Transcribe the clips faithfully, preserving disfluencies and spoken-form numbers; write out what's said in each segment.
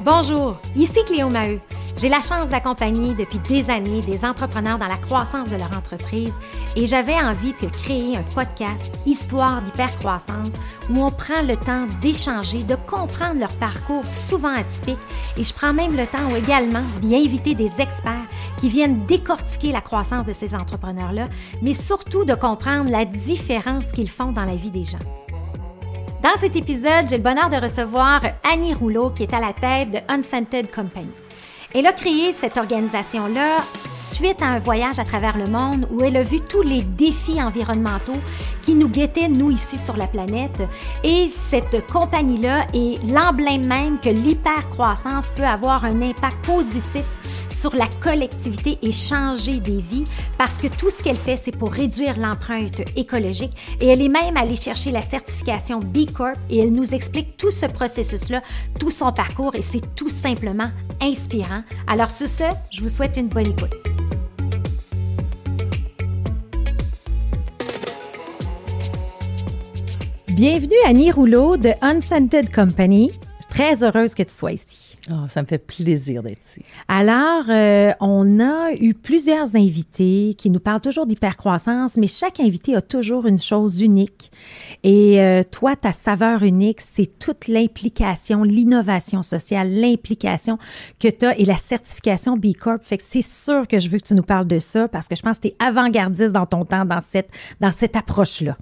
Bonjour, ici Cléo Maheu. J'ai la chance d'accompagner depuis des années des entrepreneurs dans la croissance de leur entreprise et j'avais envie de créer un podcast Histoire d'hypercroissance où on prend le temps d'échanger, de comprendre leur parcours souvent atypique et je prends même le temps également d'y inviter des experts qui viennent décortiquer la croissance de ces entrepreneurs-là, mais surtout de comprendre la différence qu'ils font dans la vie des gens. Dans cet épisode, j'ai le bonheur de recevoir Annie Rouleau qui est à la tête de Unscented Company. Elle a créé cette organisation-là suite à un voyage à travers le monde où elle a vu tous les défis environnementaux qui nous guettaient, nous, ici sur la planète. Et cette compagnie-là est l'emblème même que l'hypercroissance peut avoir un impact positif sur la collectivité et changer des vies parce que tout ce qu'elle fait, c'est pour réduire l'empreinte écologique. Et elle est même allée chercher la certification B Corp et elle nous explique tout ce processus-là, tout son parcours et c'est tout simplement inspirant. Alors sur ce, je vous souhaite une bonne écoute. Bienvenue Annie Rouleau de Unscented Company. Très heureuse que tu sois ici. Oh, ça me fait plaisir d'être ici. Alors, euh, on a eu plusieurs invités qui nous parlent toujours d'hypercroissance, mais chaque invité a toujours une chose unique. Et euh, toi, ta saveur unique, c'est toute l'implication, l'innovation sociale, l'implication que tu as et la certification B Corp. Fait que c'est sûr que je veux que tu nous parles de ça parce que je pense que tu es avant-gardiste dans ton temps, dans cette, dans cette approche-là.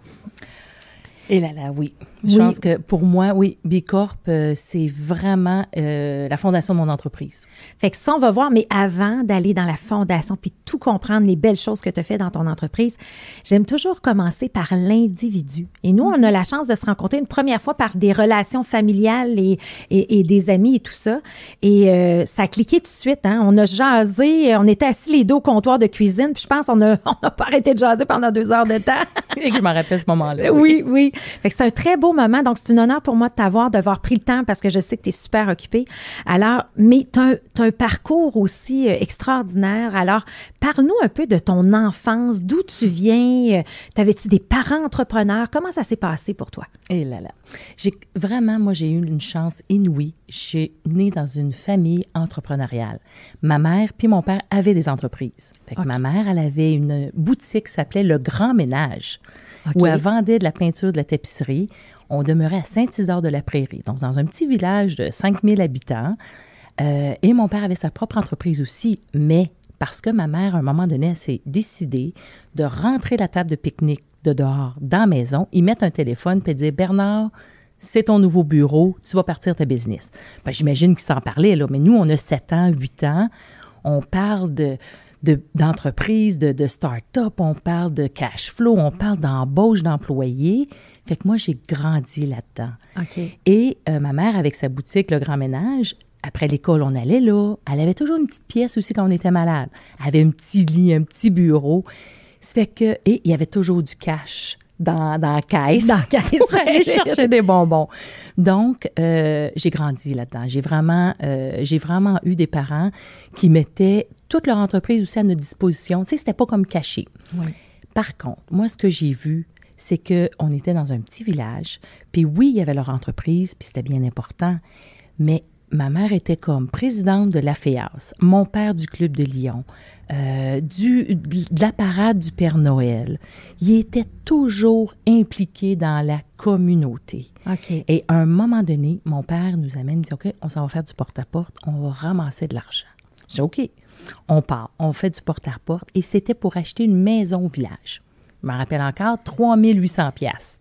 Et là là, oui. Je oui. pense que pour moi, oui, B Corp, euh, c'est vraiment euh, la fondation de mon entreprise. Fait que ça, on va voir, mais avant d'aller dans la fondation puis tout comprendre les belles choses que tu as fait dans ton entreprise, j'aime toujours commencer par l'individu. Et nous, on a la chance de se rencontrer une première fois par des relations familiales et, et, et des amis et tout ça. Et euh, ça a cliqué tout de suite, hein. On a jasé, on était assis les deux au comptoir de cuisine, puis je pense qu'on a, on n'a pas arrêté de jaser pendant deux heures de temps. Et que je m'en rappelle ce moment-là. Oui, oui. Fait que c'est un très beau moment. Donc, c'est un honneur pour moi de t'avoir, d'avoir pris le temps parce que je sais que tu es super occupée. Alors, mais tu as un, un parcours aussi euh, extraordinaire. Alors, parle-nous un peu de ton enfance, d'où tu viens. Euh, T'avais-tu des parents entrepreneurs? Comment ça s'est passé pour toi? Et là là. J'ai vraiment, moi, j'ai eu une chance inouïe. Je suis née dans une famille entrepreneuriale. Ma mère puis mon père avaient des entreprises. Fait que okay. Ma mère, elle avait une boutique qui s'appelait Le Grand Ménage. Okay. Où elle vendait de la peinture, de la tapisserie. On demeurait à Saint-Isidore-de-la-Prairie, donc dans un petit village de cinq mille habitants. Euh, et mon père avait sa propre entreprise aussi, mais parce que ma mère, à un moment donné, elle s'est décidée de rentrer la table de pique-nique de dehors dans la maison, y mettre un téléphone puis dire « Bernard, c'est ton nouveau bureau, tu vas partir ta business. » Ben, j'imagine qu'il s'en parlait, là, mais nous, on a sept ans, huit ans, on parle de... De, d'entreprise, de, de start-up, on parle de cash flow, on parle d'embauche d'employés. Fait que moi, j'ai grandi là-dedans. Okay. Et euh, ma mère, avec sa boutique, Le Grand Ménage, après l'école, on allait là. Elle avait toujours une petite pièce aussi quand on était malade. Elle avait un petit lit, un petit bureau. Ça fait que... Et il y avait toujours du cash dans, dans la caisse. Dans la caisse. Pour aller chercher des bonbons. Donc, euh, j'ai grandi là-dedans. J'ai vraiment, euh, j'ai vraiment eu des parents qui mettaient toute leur entreprise aussi à notre disposition. Tu sais, c'était pas comme caché. Oui. Par contre, moi, ce que j'ai vu, c'est qu'on était dans un petit village. Puis oui, il y avait leur entreprise, puis c'était bien important. Mais ma mère était comme présidente de l'A F E A S, mon père du Club de Lyon, euh, du, de la parade du Père Noël. Il était toujours impliqué dans la communauté. Okay. Et à un moment donné, mon père nous amène, il dit « OK, on s'en va faire du porte-à-porte, on va ramasser de l'argent. » Je dis « OK. » On part, on fait du porte-à-porte et c'était pour acheter une maison au village. Je me rappelle encore, trois mille huit cents piastres.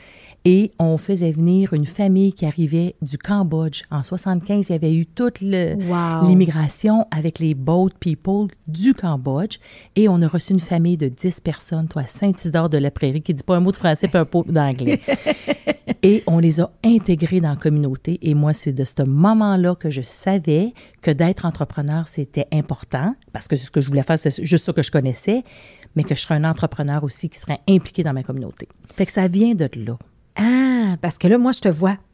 Et on faisait venir une famille qui arrivait du Cambodge. En soixante-quinze, il y avait eu toute le, wow. l'immigration avec les boat people du Cambodge. Et on a reçu une famille de dix personnes, toi, à Saint-Isidore-de-la-Prairie, qui ne dit pas un mot de français puis un mot d'anglais. Et on les a intégrés dans la communauté. Et moi, c'est de ce moment-là que je savais que d'être entrepreneur, c'était important, parce que ce que je voulais faire, c'est juste ça que je connaissais, mais que je serais un entrepreneur aussi qui serait impliqué dans ma communauté. Fait que ça vient de là. Ah, parce que là, moi, je te vois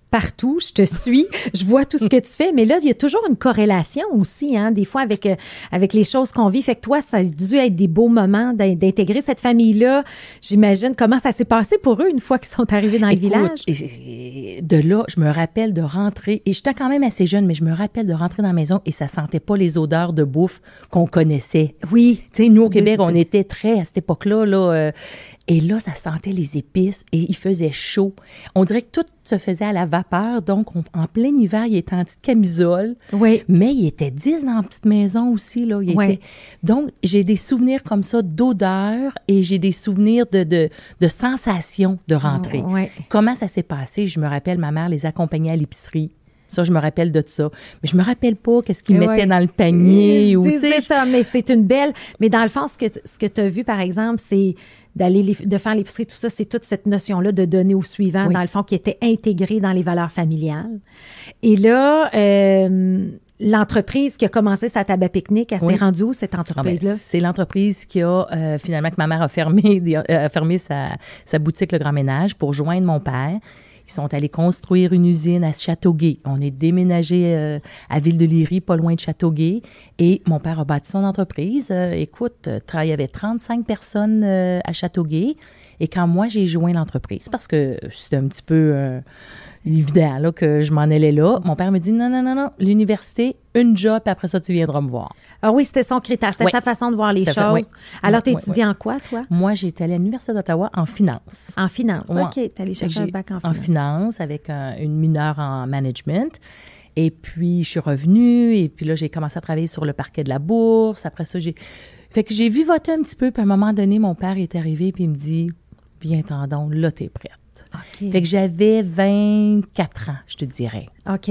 partout, je te suis, je vois tout ce que tu fais, mais là, il y a toujours une corrélation aussi, hein, des fois avec, euh, avec les choses qu'on vit. Fait que toi, ça a dû être des beaux moments d'intégrer cette famille-là. J'imagine comment ça s'est passé pour eux une fois qu'ils sont arrivés dans Écoute, le village. Et, et de là, je me rappelle de rentrer, et j'étais quand même assez jeune, mais je me rappelle de rentrer dans la maison et ça sentait pas les odeurs de bouffe qu'on connaissait. Oui. Tu sais, nous, au Québec, on était très, à cette époque-là, là, euh, et là, ça sentait les épices et il faisait chaud. On dirait que tout se faisait à la vapeur. Donc, on, en plein hiver, il était en petite camisole. Oui. Mais il était dix dans la petite maison aussi, là. Il Oui. était... Donc, j'ai des souvenirs comme ça d'odeur et j'ai des souvenirs de, de, de sensations de rentrée. Oui. Comment ça s'est passé? Je me rappelle, ma mère les accompagnait à l'épicerie. Ça, je me rappelle de ça. Mais je me rappelle pas qu'est-ce qu'ils ouais. mettaient dans le panier. Mmh, ou, c'est ça, mais c'est une belle... Mais dans le fond, ce que, ce que tu as vu, par exemple, c'est d'aller les, de faire l'épicerie, tout ça, c'est toute cette notion-là de donner au suivant, oui. dans le fond, qui était intégrée dans les valeurs familiales. Et là... Euh, l'entreprise qui a commencé sa table à pique-nique, elle oui. s'est rendue où, cette entreprise-là? Ah ben, c'est l'entreprise qui a, euh, finalement, que ma mère a fermé, a fermé sa, sa boutique Le Grand Ménage pour joindre mon père. Ils sont allés construire une usine à Châteauguay. On est déménagé euh, à Ville-de-Léry, pas loin de Châteauguay. Et mon père a bâti son entreprise. Euh, écoute, euh, il y avait trente-cinq personnes euh, à Châteauguay. Et quand moi, j'ai joint l'entreprise, parce que c'était un petit peu euh, évident là, que je m'en allais là, mon père me dit, non, non, non, non, l'université, une job, puis après ça, tu viendras me voir. Ah oui, c'était son critère, c'était oui. sa façon de voir les c'était choses. Fait, oui. Alors, tu étudies oui, oui. en quoi, toi? Moi, j'ai été allée à l'Université d'Ottawa en finance. En finance, ouais. OK. Tu es allée chercher un bac en finance. En finance, avec un, une mineure en management. Et puis, je suis revenue, et puis là, j'ai commencé à travailler sur le parquet de la bourse. Après ça, j'ai... Fait que j'ai vivoté un petit peu, puis à un moment donné, mon père est arrivé, puis il me dit... Viens, tendon, là, t'es prête. Okay. Fait que j'avais vingt-quatre ans, je te dirais. OK.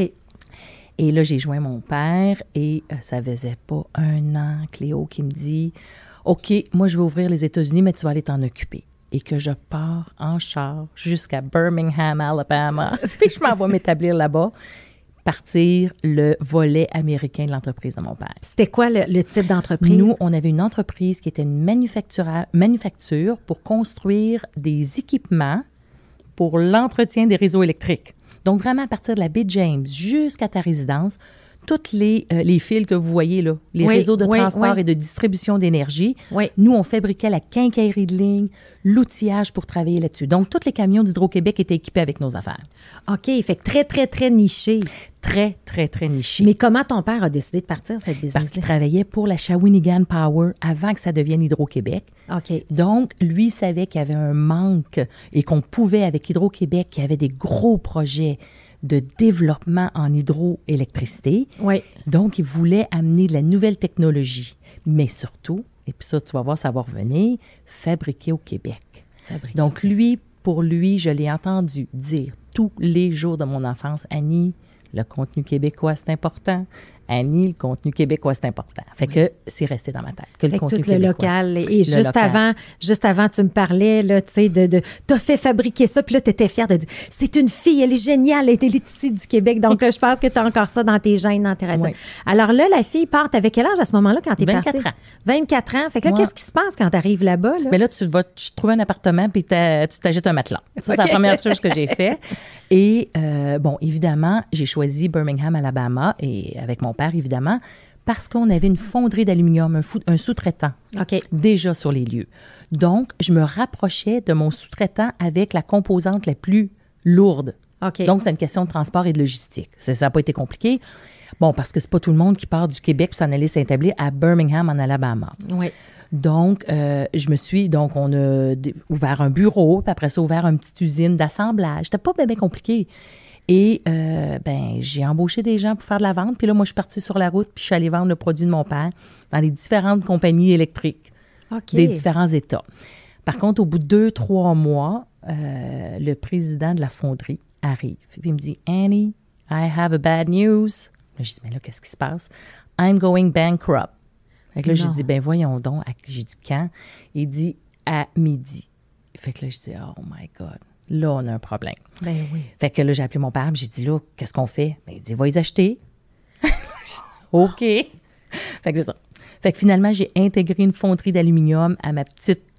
Et là, j'ai joint mon père et euh, ça faisait pas un an, Cléo, qui me dit « OK, moi, je vais ouvrir les États-Unis, mais tu vas aller t'en occuper. » Et que je pars en char jusqu'à Birmingham, Alabama. Puis je m'en vais m'établir là-bas, partir le volet américain de l'entreprise de mon père. C'était quoi le, le type d'entreprise? Nous, on avait une entreprise qui était une manufacture pour construire des équipements pour l'entretien des réseaux électriques. Donc, vraiment, à partir de la baie James jusqu'à ta résidence, toutes les, euh, les fils que vous voyez là, les oui, réseaux de oui, transport oui. et de distribution d'énergie, oui. nous, on fabriquait la quincaillerie de ligne, l'outillage pour travailler là-dessus. Donc, tous les camions d'Hydro-Québec étaient équipés avec nos affaires. OK, fait que très, très, très niché. Très, très, très niché. Mais comment ton père a décidé de partir cette business-là? Parce qu'il travaillait pour la Shawinigan Power avant que ça devienne Hydro-Québec. OK. Donc, lui savait qu'il y avait un manque et qu'on pouvait, avec Hydro-Québec, qu'il y avait des gros projets de développement en hydroélectricité. Oui. Donc, il voulait amener de la nouvelle technologie, mais surtout, et puis ça, tu vas voir, ça va revenir, fabriquer au Québec. Fabriquer Donc, lui, pour lui, je l'ai entendu dire tous les jours de mon enfance, Annie, le contenu québécois, c'est important. Annie, le contenu québécois, c'est important. Fait oui. que c'est resté dans ma tête. Que fait le contenu tout le québécois. local. Et le juste local. avant, juste avant, tu me parlais, là, tu sais, de, de, t'as fait fabriquer ça, puis là, t'étais fière de dire, c'est une fille, elle est géniale, elle est ici du Québec. Donc, là, je pense que t'as encore ça dans tes gènes, dans tes racines. Oui. Alors là, la fille part, t'avais quel âge à ce moment-là quand t'es partie? vingt-quatre ans. vingt-quatre ans. Fait que là, Moi, qu'est-ce qui se passe quand t'arrives là-bas, là? Mais là, tu vas tu trouver un appartement, puis tu t'agites un matelas. Ça, okay. C'est la première chose que j'ai fait. Et, euh, bon, évidemment, j'ai choisi Birmingham, Alabama, et avec mon père, évidemment, parce qu'on avait une fonderie d'aluminium, un, fou, un sous-traitant, okay. déjà sur les lieux. Donc, je me rapprochais de mon sous-traitant avec la composante la plus lourde. Okay. Donc, c'est une question de transport et de logistique. Ça n'a pas été compliqué. Bon, parce que c'est pas tout le monde qui part du Québec pour s'en aller s'établir à Birmingham, en Alabama. Oui. Donc, euh, je me suis... Donc, on a d- ouvert un bureau, puis après ça, ouvert une petite usine d'assemblage. C'était pas bien, bien compliqué. Et, euh, ben, j'ai embauché des gens pour faire de la vente. Puis là, moi, je suis partie sur la route, puis je suis allée vendre le produit de mon père dans les différentes compagnies électriques okay. des différents États. Par contre, au bout de deux, trois mois, euh, le président de la fonderie arrive. Puis il me dit, « Annie, I have a bad news. » Là, je dis, « Mais là, qu'est-ce qui se passe? »« I'm going bankrupt. » Fait que là, j'ai dit, « Ben voyons donc. » J'ai dit, « Quand? » Il dit, « À midi. » Fait que là, je dis, « Oh my God. » Là, on a un problème. Ben oui. Fait que là, j'ai appelé mon père, j'ai dit, là, qu'est-ce qu'on fait? Ben, il dit, va les acheter. OK. Fait que c'est ça. Fait que finalement, j'ai intégré une fonderie d'aluminium à ma petite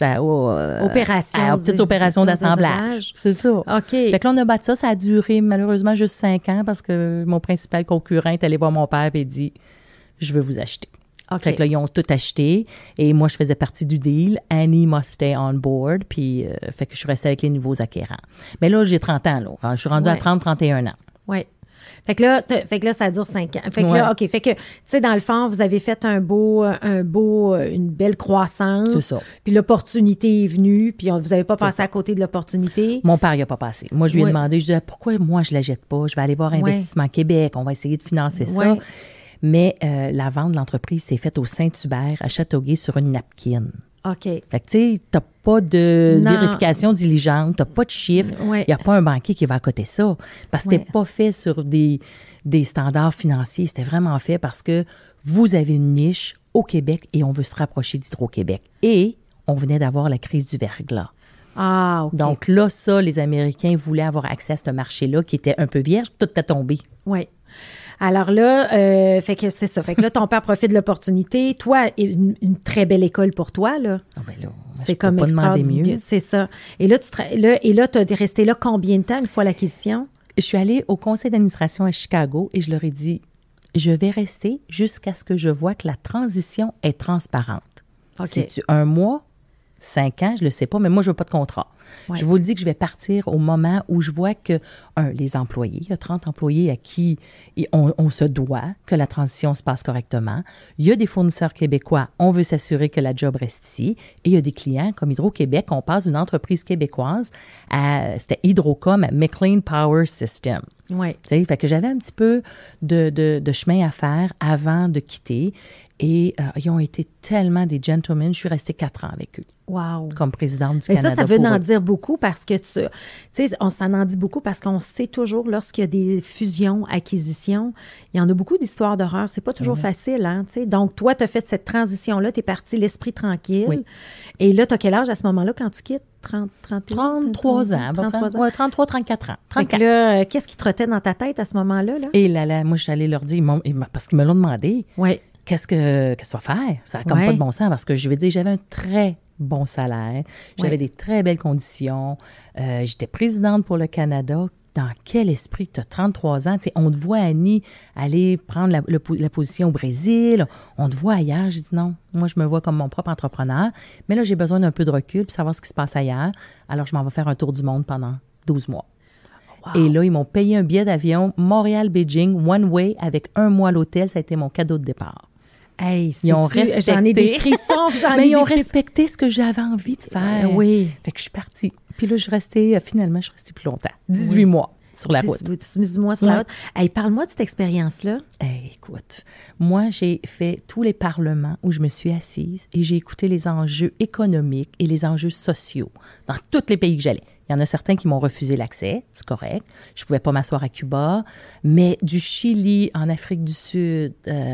à, au, euh, Opération. à, aux petites opérations d'assemblage. C'est ça. OK. Fait que là, on a battu ça. Ça a duré malheureusement juste cinq ans parce que mon principal concurrent est allé voir mon père et a dit « Je veux vous acheter ». Okay. Fait que là, ils ont tout acheté et moi, je faisais partie du deal. Annie must stay on board, puis euh, fait que je suis restée avec les nouveaux acquérants. Mais là, j'ai trente ans, là. Je suis rendue ouais. à trente, trente et un ans. Oui. Fait que là, fait que là, ça dure cinq ans. Fait que ouais. là, OK. Fait que, tu sais, dans le fond, vous avez fait un beau, un beau, une belle croissance. C'est ça. Puis l'opportunité est venue, puis on, vous n'avez pas passé ça. à côté de l'opportunité. Mon père, il n'a pas passé. Moi, je lui ai ouais. demandé, je disais, pourquoi moi, je ne la jette pas? Je vais aller voir Investissement ouais. Québec, on va essayer de financer ça. Ouais. Mais euh, la vente de l'entreprise s'est faite au Saint-Hubert, à Châteauguay, sur une napkin. OK. Fait que, tu sais, t'as pas de non. vérification diligente, t'as pas de chiffres. Il ouais. n'y a pas un banquier qui va à côté ça. Parce que ouais. c'était pas fait sur des, des standards financiers. C'était vraiment fait parce que vous avez une niche au Québec et on veut se rapprocher d'Hydro-Québec. Et on venait d'avoir la crise du verglas. Ah, OK. Donc là, ça, les Américains voulaient avoir accès à ce marché-là qui était un peu vierge, tout est tombé. Oui. Alors là, euh, fait que c'est ça. Fait que là, ton père profite de l'opportunité. Toi, une, une très belle école pour toi, là. Ah ben là, c'est je comme peux pas demander mieux. C'est ça. Et là, tu tra- là, et là, tu es resté là combien de temps une fois l'acquisition? Je suis allée au conseil d'administration à Chicago et je leur ai dit, je vais rester jusqu'à ce que je vois que la transition est transparente. OK. C'est-tu un mois, cinq ans, je ne le sais pas, mais moi, je ne veux pas de contrat. Ouais. Je vous le dis que je vais partir au moment où je vois que, un, les employés, il y a trente employés à qui on, on se doit que la transition se passe correctement. Il y a des fournisseurs québécois, on veut s'assurer que la job reste ici. Et il y a des clients comme Hydro-Québec, on passe d'une entreprise québécoise à, c'était Hydrocom, à McLean Power System. Oui. Tu sais, fait que j'avais un petit peu de, de, de chemin à faire avant de quitter. Et euh, ils ont été tellement des gentlemen. Je suis restée quatre ans avec eux. Wow. Comme présidente du Mais Canada. Ça, ça veut en eux. dire beaucoup parce que tu sais, on s'en en dit beaucoup parce qu'on sait toujours lorsqu'il y a des fusions, acquisitions, il y en a beaucoup d'histoires d'horreur. C'est pas toujours mmh. facile, hein, tu sais. Donc, toi, tu as fait cette transition-là, tu es parti l'esprit tranquille. Oui. Et là, tu as quel âge à ce moment-là quand tu quittes? trente, trente, trente-trois ans. trente-trois ans. Ouais, trente-trois, trente-quatre ans. trente-quatre. Fait que là, qu'est-ce qui trottait dans ta tête à ce moment-là? Là? Et là, là, moi, je suis allée leur dire, ils m'ont, parce qu'ils me l'ont demandé. Oui. Qu'est-ce que, qu'est-ce que tu vas faire? Ça n'a comme ouais. pas de bon sens parce que je vais dire, j'avais un très bon salaire, j'avais ouais. des très belles conditions, euh, j'étais présidente pour le Canada. Dans quel esprit tu as trente-trois ans? T'sais, on te voit, Annie, aller prendre la, le, la position au Brésil. On te voit ailleurs. J'ai dit non, moi, je me vois comme mon propre entrepreneur. Mais là, j'ai besoin d'un peu de recul pour savoir ce qui se passe ailleurs. Alors, je m'en vais faire un tour du monde pendant douze mois. Wow. Et là, ils m'ont payé un billet d'avion Montréal-Beijing, one way, avec un mois à l'hôtel. Ça a été mon cadeau de départ. Hey, ils ont respecté. J'en ai des frissons. J'en Mais ai ils ont des respecté ce que j'avais envie de faire. Euh, oui. Fait que je suis partie. Puis là, je suis restée, finalement, je suis restée plus longtemps. dix-huit oui. mois sur la route. dix-huit mois sur ouais. la route. Hey, parle-moi de cette expérience-là. Hey, écoute, moi, j'ai fait tous les parlements où je me suis assise et j'ai écouté les enjeux économiques et les enjeux sociaux dans tous les pays que j'allais. Il y en a certains qui m'ont refusé l'accès, c'est correct. Je ne pouvais pas m'asseoir à Cuba, mais du Chili, en Afrique du Sud, euh,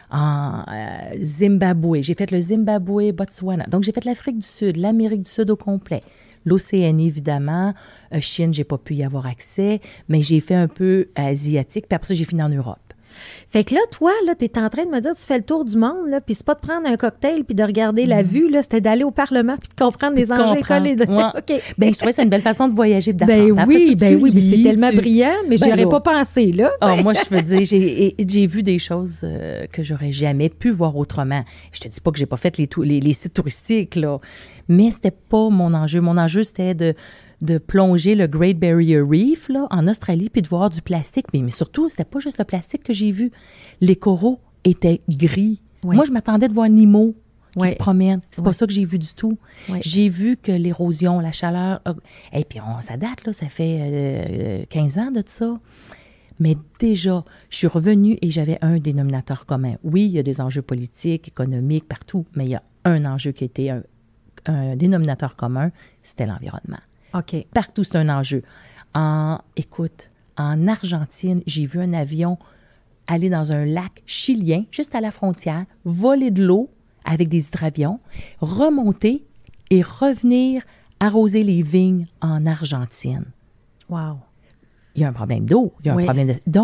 en euh, Zimbabwe. J'ai fait le Zimbabwe, Botswana. Donc, j'ai fait l'Afrique du Sud, l'Amérique du Sud au complet. L'Océanie, évidemment. Euh, Chine, j'ai pas pu y avoir accès, mais j'ai fait un peu asiatique. Puis après ça, j'ai fini en Europe. Fait que là, toi, là, t'es en train de me dire, tu fais le tour du monde, là, puis c'est pas de prendre un cocktail puis de regarder mmh. la vue, là, c'était d'aller au Parlement puis de comprendre les enjeux écoles. De... Ouais. Okay. Ben, je trouvais que c'est une belle façon de voyager. Ben après oui, ça, ben oui, mais c'est tellement tu... brillant, mais ben j'y aurais pas pensé, là. Oh, moi, je veux dire, j'ai, j'ai vu des choses euh, que j'aurais jamais pu voir autrement. Je te dis pas que j'ai pas fait les, les, les sites touristiques, là, mais c'était pas mon enjeu. Mon enjeu, c'était de de plonger le Great Barrier Reef là, en Australie puis de voir du plastique. Mais, mais surtout, c'était pas juste le plastique que j'ai vu. Les coraux étaient gris. Oui. Moi, je m'attendais de voir Nemo qui oui. se promène. C'est oui. pas ça que j'ai vu du tout. Oui. J'ai vu que l'érosion, la chaleur... Et puis, on, ça date, là, ça fait euh, quinze ans de ça. Mais déjà, je suis revenue et j'avais un dénominateur commun. Oui, il y a des enjeux politiques, économiques, partout, mais il y a un enjeu qui était un, un dénominateur commun, c'était l'environnement. OK. Partout, c'est un enjeu. En, écoute, en Argentine, j'ai vu un avion aller dans un lac chilien, juste à la frontière, voler de l'eau avec des hydravions, remonter et revenir arroser les vignes en Argentine. Wow. Il y a un problème d'eau, il y a un oui. problème de... Donc,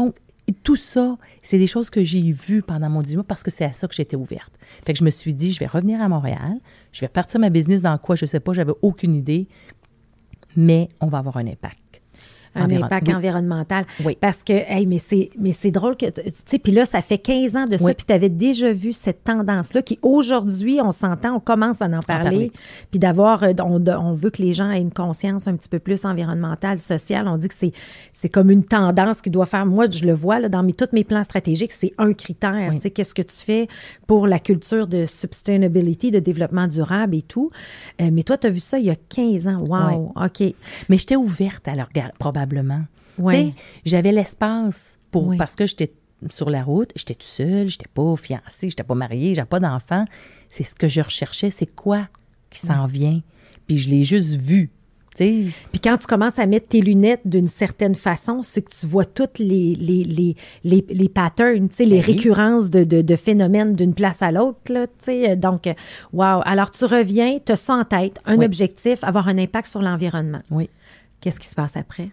Et tout ça, c'est des choses que j'ai vues pendant mon dix mois parce que c'est à ça que j'étais ouverte. Fait que je me suis dit, je vais revenir à Montréal, je vais partir ma business dans quoi, je sais pas, j'avais aucune idée, mais on va avoir un impact. Un Environ... impact oui. environnemental. Oui. Parce que, hey, mais c'est, mais c'est drôle que, tu sais, puis là, ça fait quinze ans de ça, oui. puis tu avais déjà vu cette tendance-là qui, aujourd'hui, on s'entend, on commence à en parler, parler. Puis d'avoir, on, on veut que les gens aient une conscience un petit peu plus environnementale, sociale. On dit que c'est, c'est comme une tendance qui doit faire, moi, je le vois, là, dans mes, tous mes plans stratégiques, c'est un critère, oui. tu sais, qu'est-ce que tu fais pour la culture de sustainability, de développement durable et tout. Euh, mais toi, tu as vu ça il y a quinze ans. Wow, oui. OK. Mais j'étais ouverte à leur regard, probablement. Ouais. J'avais l'espace pour ouais. parce que j'étais sur la route, j'étais toute seule, j'étais pas fiancée, j'étais pas mariée, j'avais pas d'enfant. C'est ce que je recherchais, c'est quoi qui s'en ouais. vient. Puis je l'ai juste vu. T'sais. Puis quand tu commences à mettre tes lunettes d'une certaine façon, c'est que tu vois toutes les, les, les, les, les patterns, les oui. récurrences de, de, de phénomènes d'une place à l'autre. Là, t'sais. Donc, wow. Alors, tu reviens, tu as ça en tête, un oui. objectif, avoir un impact sur l'environnement. Oui. Qu'est-ce qui se passe après?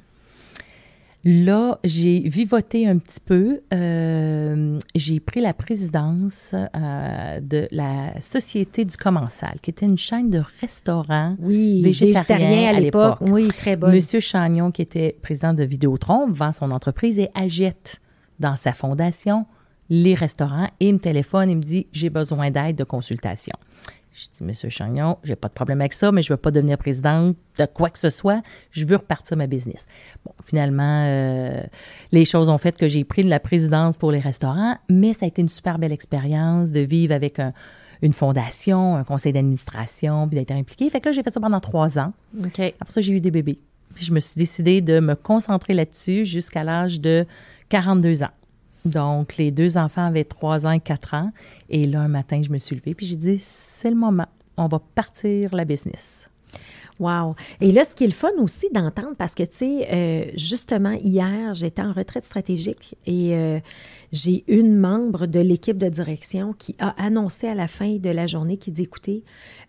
Là, j'ai vivoté un petit peu. Euh, j'ai pris la présidence euh, de la Société du Commensal, qui était une chaîne de restaurants oui, végétariens végétarien à, à l'époque. l'époque. Oui, très bonne. Monsieur Chagnon, qui était président de Vidéotron, vend son entreprise et achète dans sa fondation les restaurants et il me téléphone et me dit « J'ai besoin d'aide de consultation ». Je dis, Monsieur Chagnon, j'ai pas de problème avec ça, mais je veux pas devenir présidente de quoi que ce soit. Je veux repartir ma business. Bon, finalement, euh, les choses ont fait que j'ai pris la présidence pour les restaurants, mais ça a été une super belle expérience de vivre avec un, une fondation, un conseil d'administration, puis d'être impliquée. Fait que là, j'ai fait ça pendant trois ans. OK. Après ça, j'ai eu des bébés. Puis je me suis décidée de me concentrer là-dessus jusqu'à l'âge de quarante-deux ans. Donc, les deux enfants avaient trois ans et quatre ans. Et là, un matin, je me suis levée puis j'ai dit, c'est le moment. On va partir la business. Wow! Et là, ce qui est le fun aussi d'entendre, parce que, tu sais, euh, justement, hier, j'étais en retraite stratégique et euh, j'ai une membre de l'équipe de direction qui a annoncé à la fin de la journée, qui dit, écoutez,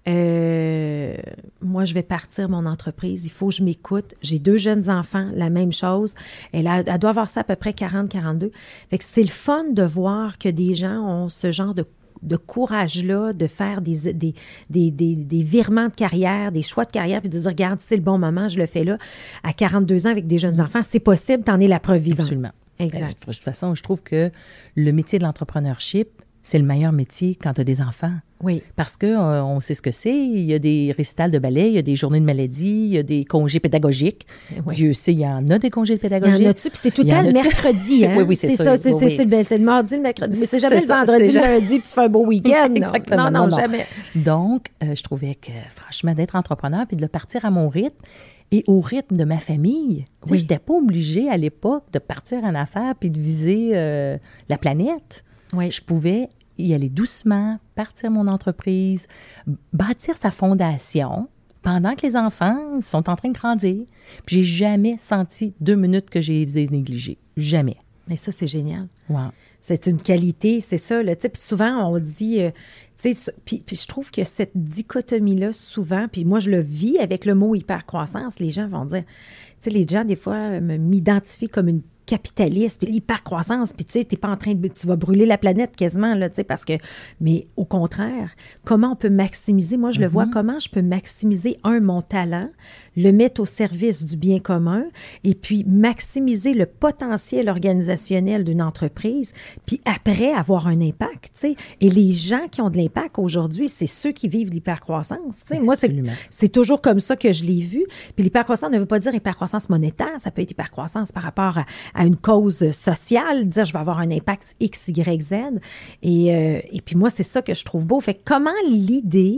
euh, moi, je vais partir mon entreprise, il faut que je m'écoute. J'ai deux jeunes enfants, la même chose. Elle, a, elle doit avoir ça à peu près quarante, quarante-deux. Fait que c'est le fun de voir que des gens ont ce genre de de courage-là, de faire des, des, des, des, des virements de carrière, des choix de carrière, puis de dire, regarde, c'est le bon moment, je le fais là. À quarante-deux ans, avec des jeunes enfants, c'est possible, t'en es la preuve vivante. Absolument. Exact. De toute façon, je trouve que le métier de l'entrepreneurship, c'est le meilleur métier quand tu as des enfants. Oui. Parce qu'on euh, on sait ce que c'est. Il y a des récitals de ballet, il y a des journées de maladie, il y a des congés pédagogiques. Oui. Dieu sait, il y en a des congés pédagogiques. Il y en a-tu, puis c'est tout le temps le mercredi. Hein? Oui, oui, c'est, c'est ça. ça. C'est, oui, c'est, oui. c'est, le, c'est le mardi, le mercredi. Mais c'est jamais c'est le vendredi, ça, le lundi, puis tu fais un beau week-end. Exactement. Non, non, non, non, jamais. Donc, euh, je trouvais que, franchement, d'être entrepreneur puis de le partir à mon rythme et au rythme de ma famille. Tu sais, oui. je n'étais pas obligée à l'époque de partir en affaires puis de viser euh, la planète. Oui. Je pouvais y aller doucement, partir mon entreprise, bâtir sa fondation pendant que les enfants sont en train de grandir. Puis j'ai jamais senti deux minutes que j'ai négligé. Jamais. Mais ça, c'est génial. Wow. C'est une qualité, c'est ça. Là. Puis souvent, on dit... Euh, puis, puis je trouve que cette dichotomie-là, souvent, puis moi, je le vis avec le mot hypercroissance, les gens vont dire... Tu sais, les gens, des fois, m'identifient comme une capitaliste, puis l'hypercroissance, puis tu sais, t'es pas en train de... Tu vas brûler la planète quasiment, là, tu sais, parce que... Mais au contraire, comment on peut maximiser... Moi, je mm-hmm. le vois, comment je peux maximiser, un, mon talent, le mettre au service du bien commun, et puis maximiser le potentiel organisationnel d'une entreprise, puis après, avoir un impact, tu sais. Et les gens qui ont de l'impact aujourd'hui, c'est ceux qui vivent l'hypercroissance, tu sais. Moi, c'est, c'est toujours comme ça que je l'ai vu. Puis l'hypercroissance ne veut pas dire hypercroissance monétaire, ça peut être hypercroissance par rapport à, à une cause sociale, dire je vais avoir un impact X, Y, Z. Et, euh, et puis moi, c'est ça que je trouve beau. Fait que comment l'idée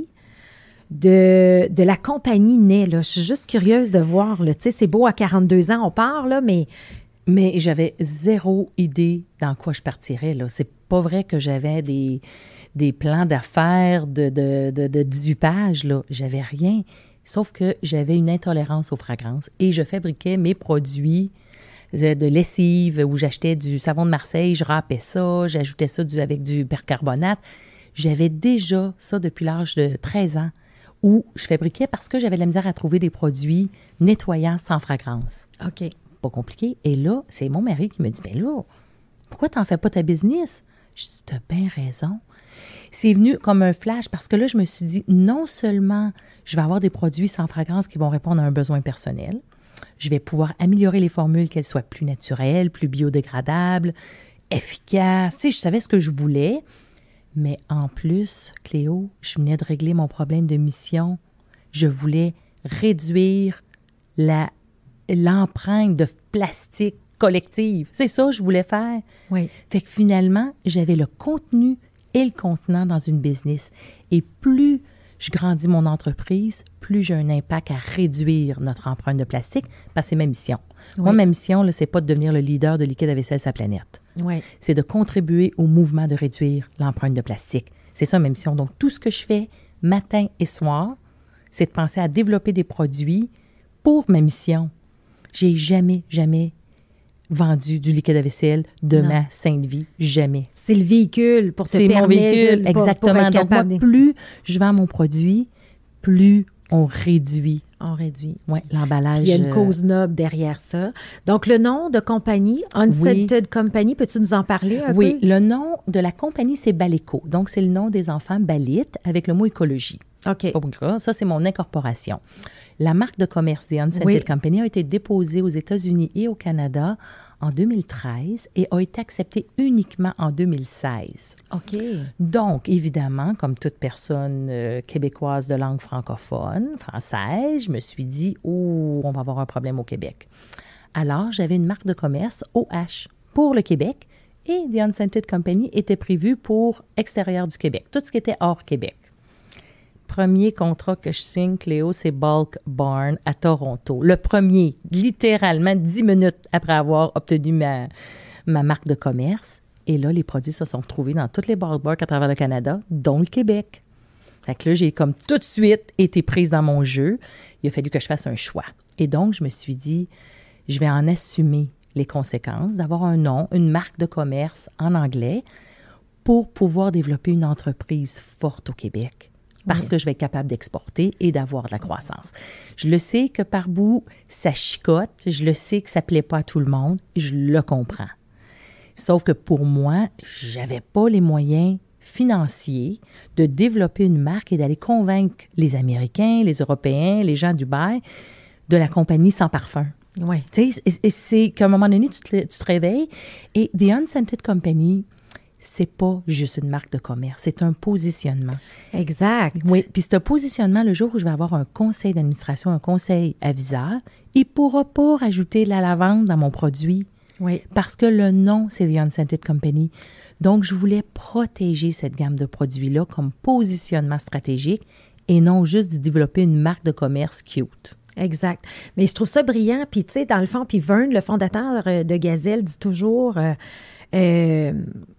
de, de la compagnie naît, là? Je suis juste curieuse de voir, là. Tu sais, c'est beau, à quarante-deux ans, on part, là, mais... Mais j'avais zéro idée dans quoi je partirais, là. C'est pas vrai que j'avais des, des plans d'affaires de, de, de, de dix-huit pages, là. J'avais rien. Sauf que j'avais une intolérance aux fragrances et je fabriquais mes produits de lessive où j'achetais du savon de Marseille, je râpais ça, j'ajoutais ça du, avec du percarbonate. J'avais déjà ça depuis l'âge de treize ans où je fabriquais parce que j'avais de la misère à trouver des produits nettoyants sans fragrance. OK. Pas compliqué. Et là, c'est mon mari qui me dit, bien là, Pourquoi tu n'en fais pas ta business? Je dis, tu as bien raison. C'est venu comme un flash parce que là, je me suis dit, non seulement je vais avoir des produits sans fragrance qui vont répondre à un besoin personnel, je vais pouvoir améliorer les formules, qu'elles soient plus naturelles, plus biodégradables, efficaces. Tu sais, je savais ce que je voulais. Mais en plus, Cléo, je venais de régler mon problème de mission. Je voulais réduire la, l'empreinte de plastique collective. C'est ça que je voulais faire. Oui. Fait que finalement, j'avais le contenu et le contenant dans une business. Et plus je grandis mon entreprise, plus j'ai un impact à réduire notre empreinte de plastique, parce que c'est ma mission. Oui. Moi, ma mission, là, c'est pas de devenir le leader de liquide à vaisselle sur la planète. Oui. C'est de contribuer au mouvement de réduire l'empreinte de plastique. C'est ça ma mission. Donc, tout ce que je fais matin et soir, c'est de penser à développer des produits pour ma mission. J'ai jamais, jamais vendu du liquide à vaisselle de non. ma sainte vie. Jamais. C'est le véhicule pour te c'est permettre... C'est mon véhicule, de, exactement. pour Donc, moi, plus je vends mon produit, plus on réduit. On réduit. Oui, l'emballage. Puis il y a une cause noble derrière ça. Donc, le nom de compagnie, Unscented oui. Company, peux-tu nous en parler un oui, peu? Oui, le nom de la compagnie, c'est Baleco. Donc, c'est le nom des enfants Balit avec le mot écologie. OK. Ça, c'est mon incorporation. La marque de commerce des Unscented oui. Company a été déposée aux États-Unis et au Canada en deux mille treize et a été acceptée uniquement en deux mille seize. OK. Donc, évidemment, comme toute personne euh, québécoise de langue francophone, française, je me suis dit, oh, on va avoir un problème au Québec. Alors, j'avais une marque de commerce, O H, pour le Québec et The Unscented Company était prévu pour extérieur du Québec, tout ce qui était hors Québec. Premier contrat que je signe, Cléo, c'est Bulk Barn à Toronto. Le premier, littéralement dix minutes après avoir obtenu ma, ma marque de commerce. Et là, les produits se sont retrouvés dans toutes les Bulk Barns à travers le Canada, dont le Québec. Fait que là, j'ai comme tout de suite été prise dans mon jeu. Il a fallu que je fasse un choix. Et donc, je me suis dit, je vais en assumer les conséquences d'avoir un nom, une marque de commerce en anglais pour pouvoir développer une entreprise forte au Québec. Parce oui. que je vais être capable d'exporter et d'avoir de la croissance. Je le sais que par bout, ça chicote. Je le sais que ça ne plaît pas à tout le monde. Je le comprends. Sauf que pour moi, je n'avais pas les moyens financiers de développer une marque et d'aller convaincre les Américains, les Européens, les gens du Dubaï de la compagnie sans parfum. Oui. Tu sais, et c'est qu'à un moment donné, tu te, tu te réveilles et The Unscented Company, c'est pas juste une marque de commerce, c'est un positionnement. Exact. Oui, puis ce positionnement, le jour où je vais avoir un conseil d'administration, un conseil aviseur, il ne pourra pas rajouter de la lavande dans mon produit. Oui. Parce que le nom, c'est The Unscented Company. Donc, je voulais protéger cette gamme de produits-là comme positionnement stratégique et non juste de développer une marque de commerce cute. Exact. Mais je trouve ça brillant. Puis, tu sais, dans le fond, puis Vern, le fondateur de Gazelle, dit toujours... Euh, euh,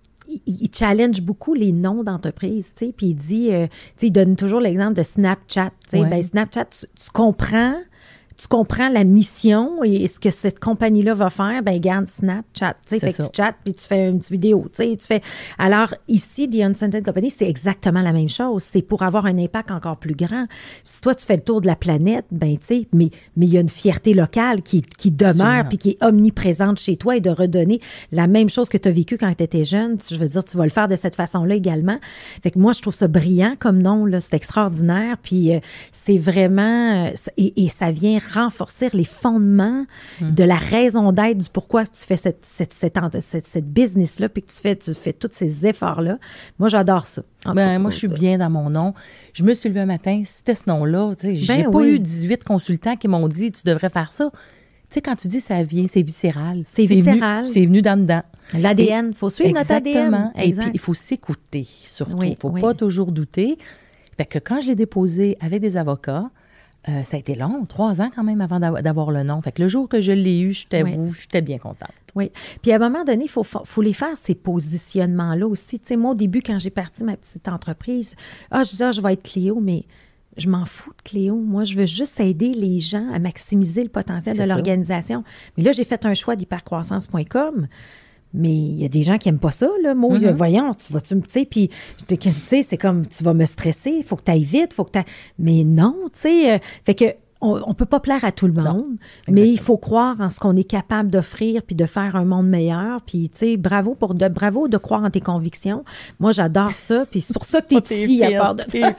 il challenge beaucoup les noms d'entreprises, tu sais, puis il dit, euh, tu sais, il donne toujours l'exemple de Snapchat, tu sais, ouais. ben Snapchat, tu, tu comprends, tu comprends la mission et ce que cette compagnie-là va faire, ben garde Snapchat, tu sais, fait que tu chattes puis tu fais une petite vidéo, tu sais, tu fais... Alors, ici, The Unscented Company, c'est exactement la même chose, c'est pour avoir un impact encore plus grand. Si toi, tu fais le tour de la planète, ben tu sais, mais mais il y a une fierté locale qui, qui demeure puis qui est omniprésente chez toi et de redonner la même chose que tu as vécu quand tu étais jeune, je veux dire, tu vas le faire de cette façon-là également. Fait que moi, je trouve ça brillant comme nom, là, c'est extraordinaire, puis euh, c'est vraiment... Euh, et, et ça vient renforcer les fondements mmh. de la raison d'être du pourquoi tu fais cette, cette, cette, cette, cette business-là puis que tu fais, tu fais tous ces efforts-là. Moi, j'adore ça. Ben, moi, je suis bien dans mon nom. Je me suis levée un matin, c'était ce nom-là. Tu sais, j'ai ben pas oui. eu dix-huit consultants qui m'ont dit « tu devrais faire ça ». Tu sais, quand tu dis ça vient, c'est viscéral. C'est, c'est viscéral. Venu, c'est venu dans dedans. L'A D N, il faut suivre notre A D N. Exactement. Et puis, il faut s'écouter, surtout. Il oui, ne faut oui. pas toujours douter. Fait que quand je l'ai déposé avec des avocats, Euh, ça a été long, trois ans quand même avant d'avoir, d'avoir le nom. Fait que le jour que je l'ai eu, je t'avoue, oui. j'étais bien contente. Oui. Puis à un moment donné, il faut, faut les faire, ces positionnements-là aussi. Tu sais, moi, au début, quand j'ai parti ma petite entreprise, ah, je disais, ah, je vais être Cléo, mais je m'en fous de Cléo. Moi, je veux juste aider les gens à maximiser le potentiel C'est de ça. l'organisation. Mais là, j'ai fait un choix d'hypercroissance point com. Mais il y a des gens qui n'aiment pas ça, là, Maud. Mm-hmm. Voyons, tu vas-tu me... Tu sais, puis, tu sais, c'est comme, tu vas me stresser, il faut que tu ailles vite, il faut que tu ailles... Mais non, tu sais, euh, fait que on ne peut pas plaire à tout le monde, mais il faut croire en ce qu'on est capable d'offrir puis de faire un monde meilleur. Puis, tu sais, bravo pour de, bravo de croire en tes convictions. Moi, j'adore ça. Puis c'est pour ça que tu es oh, ici à part de ça.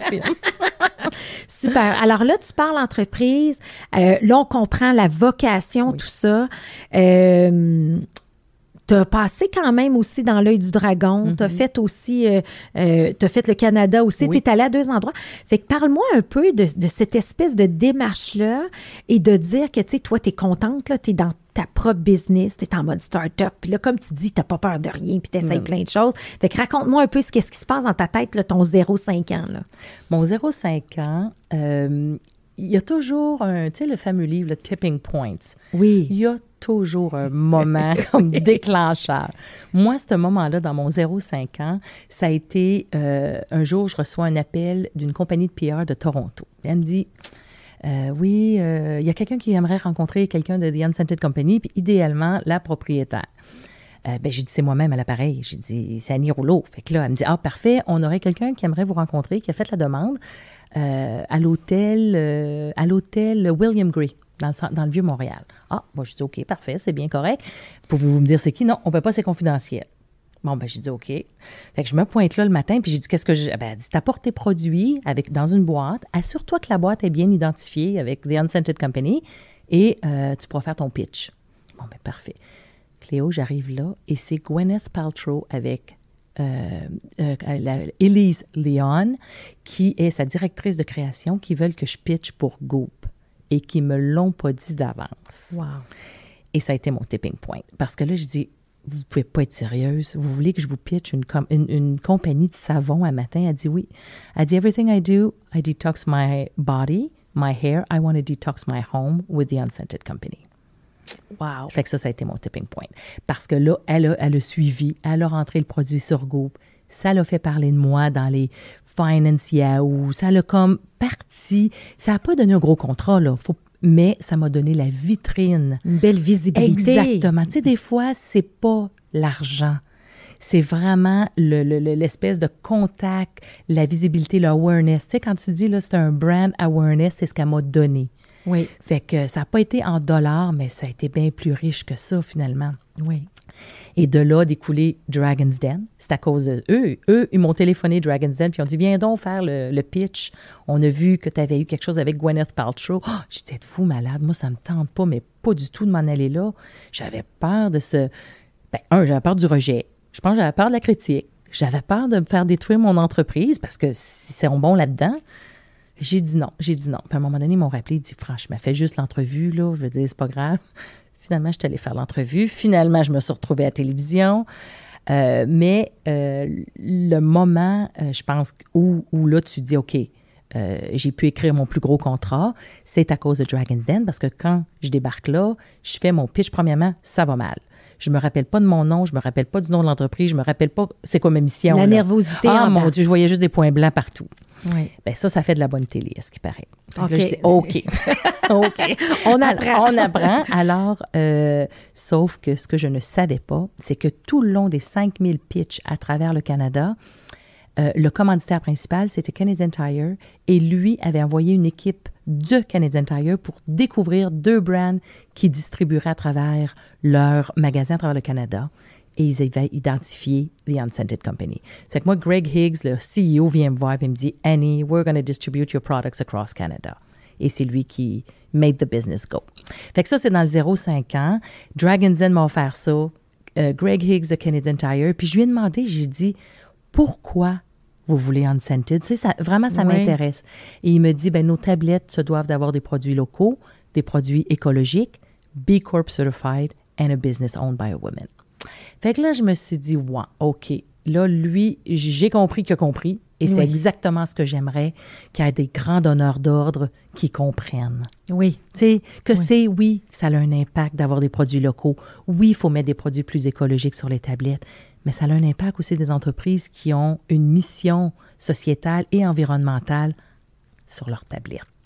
Super. Alors là, tu parles entreprise. Euh, là, on comprend la vocation, oui. tout ça. Euh, tu as passé quand même aussi dans l'œil du dragon. Mm-hmm. Tu as fait aussi, euh, euh, tu as fait le Canada aussi. Oui. Tu es allé à deux endroits. Fait que parle-moi un peu de, de cette espèce de démarche-là et de dire que, tu sais, toi, tu es contente, tu es dans ta propre business, tu es en mode start-up. Puis là, comme tu dis, tu n'as pas peur de rien puis tu essaies plein de choses. Fait que raconte-moi un peu ce, qu'est-ce qui se passe dans ta tête, là, ton zéro cinq ans. Là. Mon zéro cinq ans, euh, il y a toujours un, tu sais, le fameux livre, le Tipping Points. Oui. Il y a toujours un moment comme déclencheur. Moi, ce moment-là, dans mon zéro cinq ans, ça a été, euh, un jour, je reçois un appel d'une compagnie de P R de Toronto. Elle me dit, euh, oui, il euh, y a quelqu'un qui aimerait rencontrer quelqu'un de The Unscented Company, puis idéalement, la propriétaire. Euh, ben, j'ai dit, c'est moi-même à l'appareil. J'ai dit, c'est Annie Rouleau. Fait que là, elle me dit, ah, parfait, on aurait quelqu'un qui aimerait vous rencontrer, qui a fait la demande euh, à l'hôtel, euh, à l'hôtel William Gray. Dans le, dans le Vieux-Montréal. Ah, moi, je dis, OK, parfait, c'est bien correct. Pouvez-vous me dire c'est qui? Non, on ne peut pas, c'est confidentiel. Bon, ben j'ai dit, OK. Fait que je me pointe là le matin, puis j'ai dit, qu'est-ce que je... Ben, elle dit, t'apportes tes produits avec, dans une boîte. Assure-toi que la boîte est bien identifiée avec The Unscented Company et euh, tu pourras faire ton pitch. Bon, ben parfait. Cléo, j'arrive là et c'est Gwyneth Paltrow avec euh, euh, la, Elise Leon, qui est sa directrice de création, qui veulent que je pitch pour Goop et qui me l'ont pas dit d'avance. Wow. Et ça a été mon tipping point. Parce que là, je dis, vous pouvez pas être sérieuse. Vous voulez que je vous pitch une, com- une, une compagnie de savon un matin? Elle dit oui. Elle dit, everything I do, I detox my body, my hair. I want to detox my home with the Unscented Company. Wow. Fait que ça, ça a été mon tipping point. Parce que là, elle a, elle a suivi, elle a rentré le produit sur Goop. Ça l'a fait parler de moi dans les Finance Yahoo. Ça l'a comme parti. Ça n'a pas donné un gros contrat, là. Faut, mais ça m'a donné la vitrine. Une belle visibilité. Exactement. Tu sais, des fois, c'est pas l'argent. C'est vraiment le, le, le, l'espèce de contact, la visibilité, l'awareness. Tu sais, quand tu dis, là, c'est un brand awareness, c'est ce qu'elle m'a donné. Oui. Fait que ça n'a pas été en dollars, mais ça a été bien plus riche que ça, finalement. Oui. Et de là, découlé Dragon's Den. C'est à cause de eux. Eux, ils m'ont téléphoné Dragon's Den, puis ils ont dit, viens donc faire le, le pitch. On a vu que tu avais eu quelque chose avec Gwyneth Paltrow. Oh, j'ai dit, êtes-vous malade? Moi, ça ne me tente pas, mais pas du tout de m'en aller là. J'avais peur de ce... Ben, un, j'avais peur du rejet. Je pense que j'avais peur de la critique. J'avais peur de me faire détruire mon entreprise, parce que si c'est bon là-dedans... J'ai dit non, j'ai dit non. Puis à un moment donné, ils m'ont rappelé, ils dit, franchement, fais juste l'entrevue, là. Je veux dire, c'est pas grave. Finalement, je suis allée faire l'entrevue. Finalement, je me suis retrouvée à la télévision. Euh, mais euh, le moment, euh, je pense, où, où là, tu dis, OK, euh, j'ai pu écrire mon plus gros contrat, c'est à cause de Dragon's Den, parce que quand je débarque là, je fais mon pitch, premièrement, ça va mal. Je me rappelle pas de mon nom, je me rappelle pas du nom de l'entreprise, je me rappelle pas c'est quoi ma mission. La là. nervosité. Ah, en mon bas. Dieu, je voyais juste des points blancs partout. Oui. Bien, ça, ça fait de la bonne télé, à ce qui paraît. OK. Là, je dis, OK. OK. On apprend. Alors, on apprend. Alors, euh, sauf que ce que je ne savais pas, c'est que tout le long des cinq mille pitchs à travers le Canada, euh, le commanditaire principal, c'était Canadian Tire, et lui avait envoyé une équipe de Canadian Tire pour découvrir deux brands qui distribueraient à travers leur magasin à travers le Canada. Et ils avaient identifié The Unscented Company. C'est que moi, Greg Higgs, le C E O, vient me voir et me dit, Annie, we're going to distribute your products across Canada. Et c'est lui qui made the business go. Fait que ça, c'est dans le zéro cinq ans. Dragon's Den m'a offert ça. Euh, Greg Higgs de Canadian Tire. Puis je lui ai demandé, j'ai dit, pourquoi vous voulez Unscented? Tu sais, ça, vraiment, ça oui. m'intéresse. Et il me dit, ben nos tablettes se doivent d'avoir des produits locaux, des produits écologiques, B Corp certified and a business owned by a woman. Fait que là, je me suis dit, ouais, OK. Là, lui, j'ai compris qu'il a compris. Et c'est oui. exactement ce que j'aimerais, qu'il y ait des grands donneurs d'ordre qui comprennent. Oui. Tu sais, que oui. c'est, oui, ça a un impact d'avoir des produits locaux. Oui, il faut mettre des produits plus écologiques sur les tablettes. Mais ça a un impact aussi des entreprises qui ont une mission sociétale et environnementale sur leurs tablettes.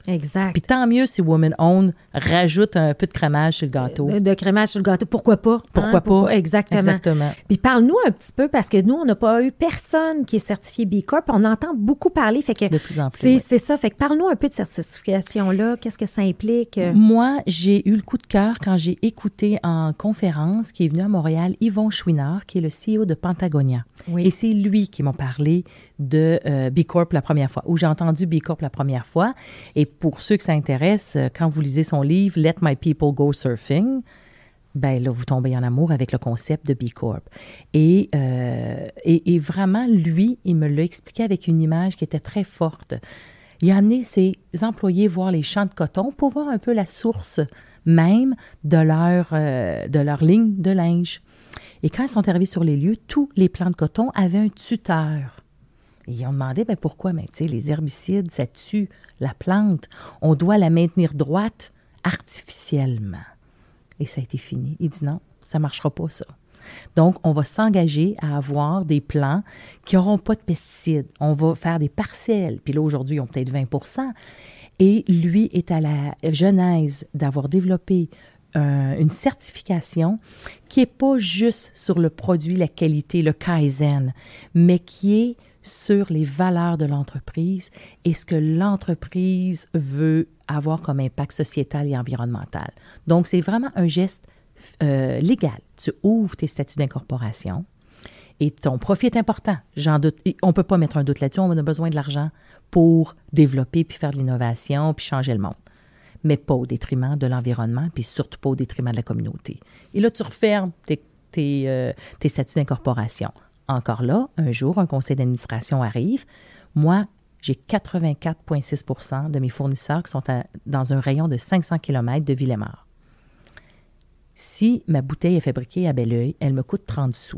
Exact. Puis tant mieux si Women Own rajoute un peu de crémage sur le gâteau. De, de crémage sur le gâteau. Pourquoi pas? Pourquoi hein? pas? Pourquoi? Exactement. Exactement. Puis parle-nous un petit peu, parce que nous, on n'a pas eu personne qui est certifié B Corp. On entend beaucoup parler. Fait que de plus en plus. C'est, oui. c'est ça. Fait que parle-nous un peu de cette certification-là. Qu'est-ce que ça implique? Moi, j'ai eu le coup de cœur quand j'ai écouté en conférence qui est venu à Montréal Yvon Chouinard, qui est le C E O de Pentagonia. Oui. Et c'est lui qui m'a parlé de euh, B Corp la première fois, où j'ai entendu B Corp la première fois. Et pour ceux que ça intéresse, quand vous lisez son livre « Let My People Go Surfing », ben là, vous tombez en amour avec le concept de B Corp. Et, euh, et, et vraiment, lui, il me l'a expliqué avec une image qui était très forte. Il a amené ses employés voir les champs de coton pour voir un peu la source même de leur, euh, de leur ligne de linge. Et quand ils sont arrivés sur les lieux, tous les plants de coton avaient un tuteur. Et ils ont demandé, ben pourquoi? Ben, tu sais, les herbicides, ça tue la plante. On doit la maintenir droite artificiellement. Et ça a été fini. Il dit non, ça ne marchera pas, ça. Donc, on va s'engager à avoir des plants qui n'auront pas de pesticides. On va faire des parcelles. Puis là, aujourd'hui, ils ont peut-être vingt pour cent. Et lui est à la genèse d'avoir développé euh, une certification qui n'est pas juste sur le produit, la qualité, le Kaizen, mais qui est sur les valeurs de l'entreprise et ce que l'entreprise veut avoir comme impact sociétal et environnemental. Donc, c'est vraiment un geste euh, légal. Tu ouvres tes statuts d'incorporation et ton profit est important. J'en doute, on ne peut pas mettre un doute là-dessus. On a besoin de l'argent pour développer puis faire de l'innovation puis changer le monde. Mais pas au détriment de l'environnement puis surtout pas au détriment de la communauté. Et là, tu refermes tes, tes, euh, tes statuts d'incorporation. Encore là, un jour, un conseil d'administration arrive. Moi, j'ai quatre-vingt-quatre virgule six pour cent de mes fournisseurs qui sont à, dans un rayon de cinq cents kilomètres de Villemort. Si ma bouteille est fabriquée à Belleuil, elle me coûte trente sous.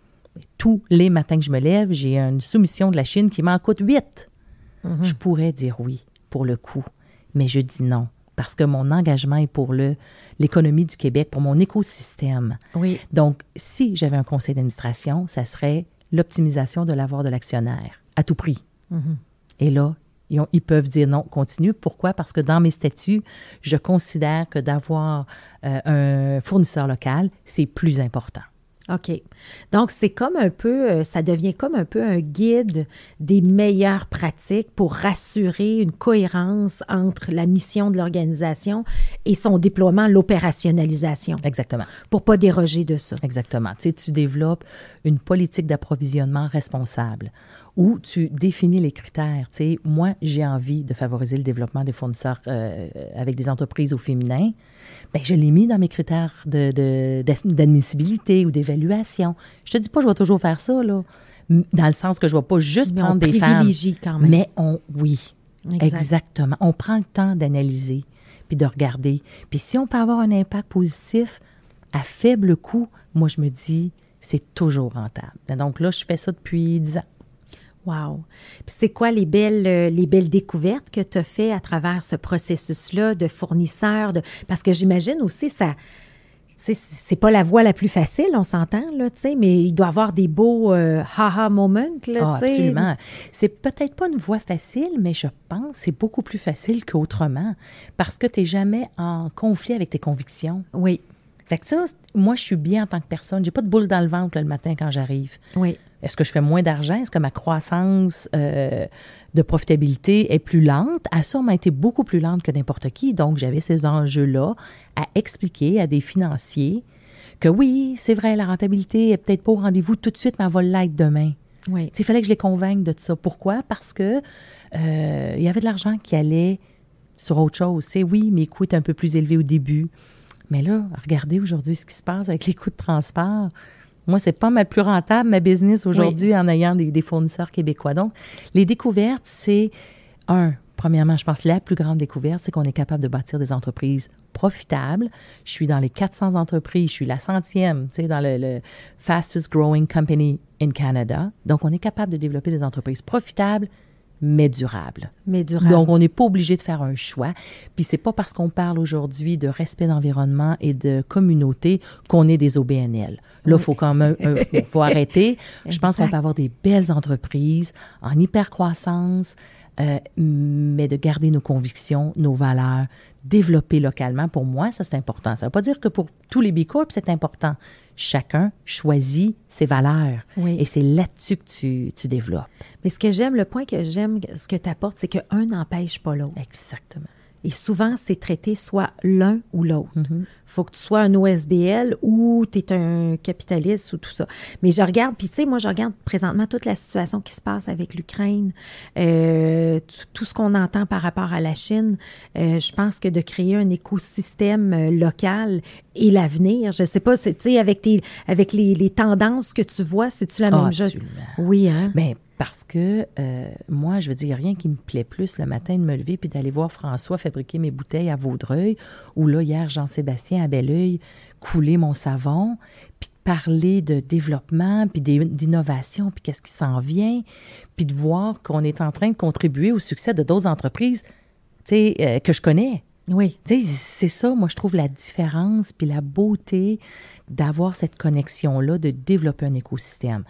Tous les matins que je me lève, j'ai une soumission de la Chine qui m'en coûte huit. Mm-hmm. Je pourrais dire oui pour le coût, mais je dis non. Parce que mon engagement est pour le, l'économie du Québec, pour mon écosystème. Oui. Donc, si j'avais un conseil d'administration, ça serait l'optimisation de l'avoir de l'actionnaire, à tout prix. Mm-hmm. Et là, ils, ont, ils peuvent dire non, continue. Pourquoi? Parce que dans mes statuts, je considère que d'avoir euh, un fournisseur local, c'est plus important. OK. Donc, c'est comme un peu, ça devient comme un peu un guide des meilleures pratiques pour rassurer une cohérence entre la mission de l'organisation et son déploiement, l'opérationnalisation. Exactement. Pour pas déroger de ça. Exactement. Tu sais, tu développes une politique d'approvisionnement responsable où tu définis les critères. Tu sais, moi, j'ai envie de favoriser le développement des fournisseurs euh, avec des entreprises au féminin. Bien, je l'ai mis dans mes critères de, de, d'admissibilité ou d'évaluation. Je te dis pas que je vais toujours faire ça, là, dans le sens que je ne vais pas juste mais prendre des femmes. On privilégie quand même. Mais on, oui, exact. Exactement. On prend le temps d'analyser puis de regarder. Puis si on peut avoir un impact positif à faible coût, moi, je me dis, c'est toujours rentable. Donc là, je fais ça depuis dix ans. Wow! Puis c'est quoi les belles, euh, les belles découvertes que tu as fait à travers ce processus-là de fournisseurs? De... Parce que j'imagine aussi, ça, c'est, c'est pas la voie la plus facile, on s'entend, là, tu sais, mais il doit y avoir des beaux euh, ha-ha moments, là, oh, tu sais. Absolument. C'est peut-être pas une voie facile, mais je pense que c'est beaucoup plus facile qu'autrement parce que tu n'es jamais en conflit avec tes convictions. Oui. Fait que ça, moi, je suis bien en tant que personne. J'ai pas de boule dans le ventre là, le matin quand j'arrive. Oui. Est-ce que je fais moins d'argent? Est-ce que ma croissance euh, de profitabilité est plus lente? Elle a sûrement été beaucoup plus lente que n'importe qui. Donc, j'avais ces enjeux-là à expliquer à des financiers que oui, c'est vrai, la rentabilité est peut-être pas au rendez-vous tout de suite, mais elle va l'être demain. Oui. Il fallait que je les convainque de ça. Pourquoi? Parce que euh, il y avait de l'argent qui allait sur autre chose. C'est oui, mes coûts étaient un peu plus élevés au début. Mais là, regardez aujourd'hui ce qui se passe avec les coûts de transport. Moi, c'est pas ma plus rentable, ma business aujourd'hui, oui. en ayant des, des fournisseurs québécois. Donc, les découvertes, c'est, un, premièrement, je pense la plus grande découverte, c'est qu'on est capable de bâtir des entreprises profitables. Je suis dans les quatre cents entreprises, je suis la centième, tu sais, dans le, le fastest growing company in Canada. Donc, on est capable de développer des entreprises profitables, mais durables. Mais durables. Donc, on n'est pas obligé de faire un choix. Puis, c'est pas parce qu'on parle aujourd'hui de respect d'environnement et de communauté qu'on est des O B N L. Là, il oui. faut quand même euh, faut arrêter. Je pense qu'on peut avoir des belles entreprises en hypercroissance, euh, mais de garder nos convictions, nos valeurs, développer localement. Pour moi, ça, c'est important. Ça ne veut pas dire que pour tous les B Corp, c'est important. Chacun choisit ses valeurs. Oui. Et c'est là-dessus que tu, tu développes. Mais ce que j'aime, le point que j'aime, ce que tu apportes, c'est qu'un n'empêche pas l'autre. Exactement. Et souvent, c'est traité soit l'un ou l'autre. Il Mm-hmm. faut que tu sois un O S B L ou tu es un capitaliste ou tout ça. Mais je regarde, puis tu sais, moi, je regarde présentement toute la situation qui se passe avec l'Ukraine, euh, tout, tout ce qu'on entend par rapport à la Chine. Euh, je pense que de créer un écosystème euh, local est l'avenir. Je sais pas, tu sais, avec, tes, avec les, les tendances que tu vois, c'est-tu la Ah, même chose? absolument. Oui, hein? Bien, parce que euh, moi, je veux dire, il n'y a rien qui me plaît plus le matin de me lever puis d'aller voir François fabriquer mes bouteilles à Vaudreuil ou là, hier, Jean-Sébastien à Belleuil couler mon savon puis de parler de développement puis d'innovation puis qu'est-ce qui s'en vient puis de voir qu'on est en train de contribuer au succès de d'autres entreprises, tu sais, euh, que je connais. Oui. Tu sais, c'est ça, moi, je trouve la différence puis la beauté d'avoir cette connexion-là, de développer un écosystème.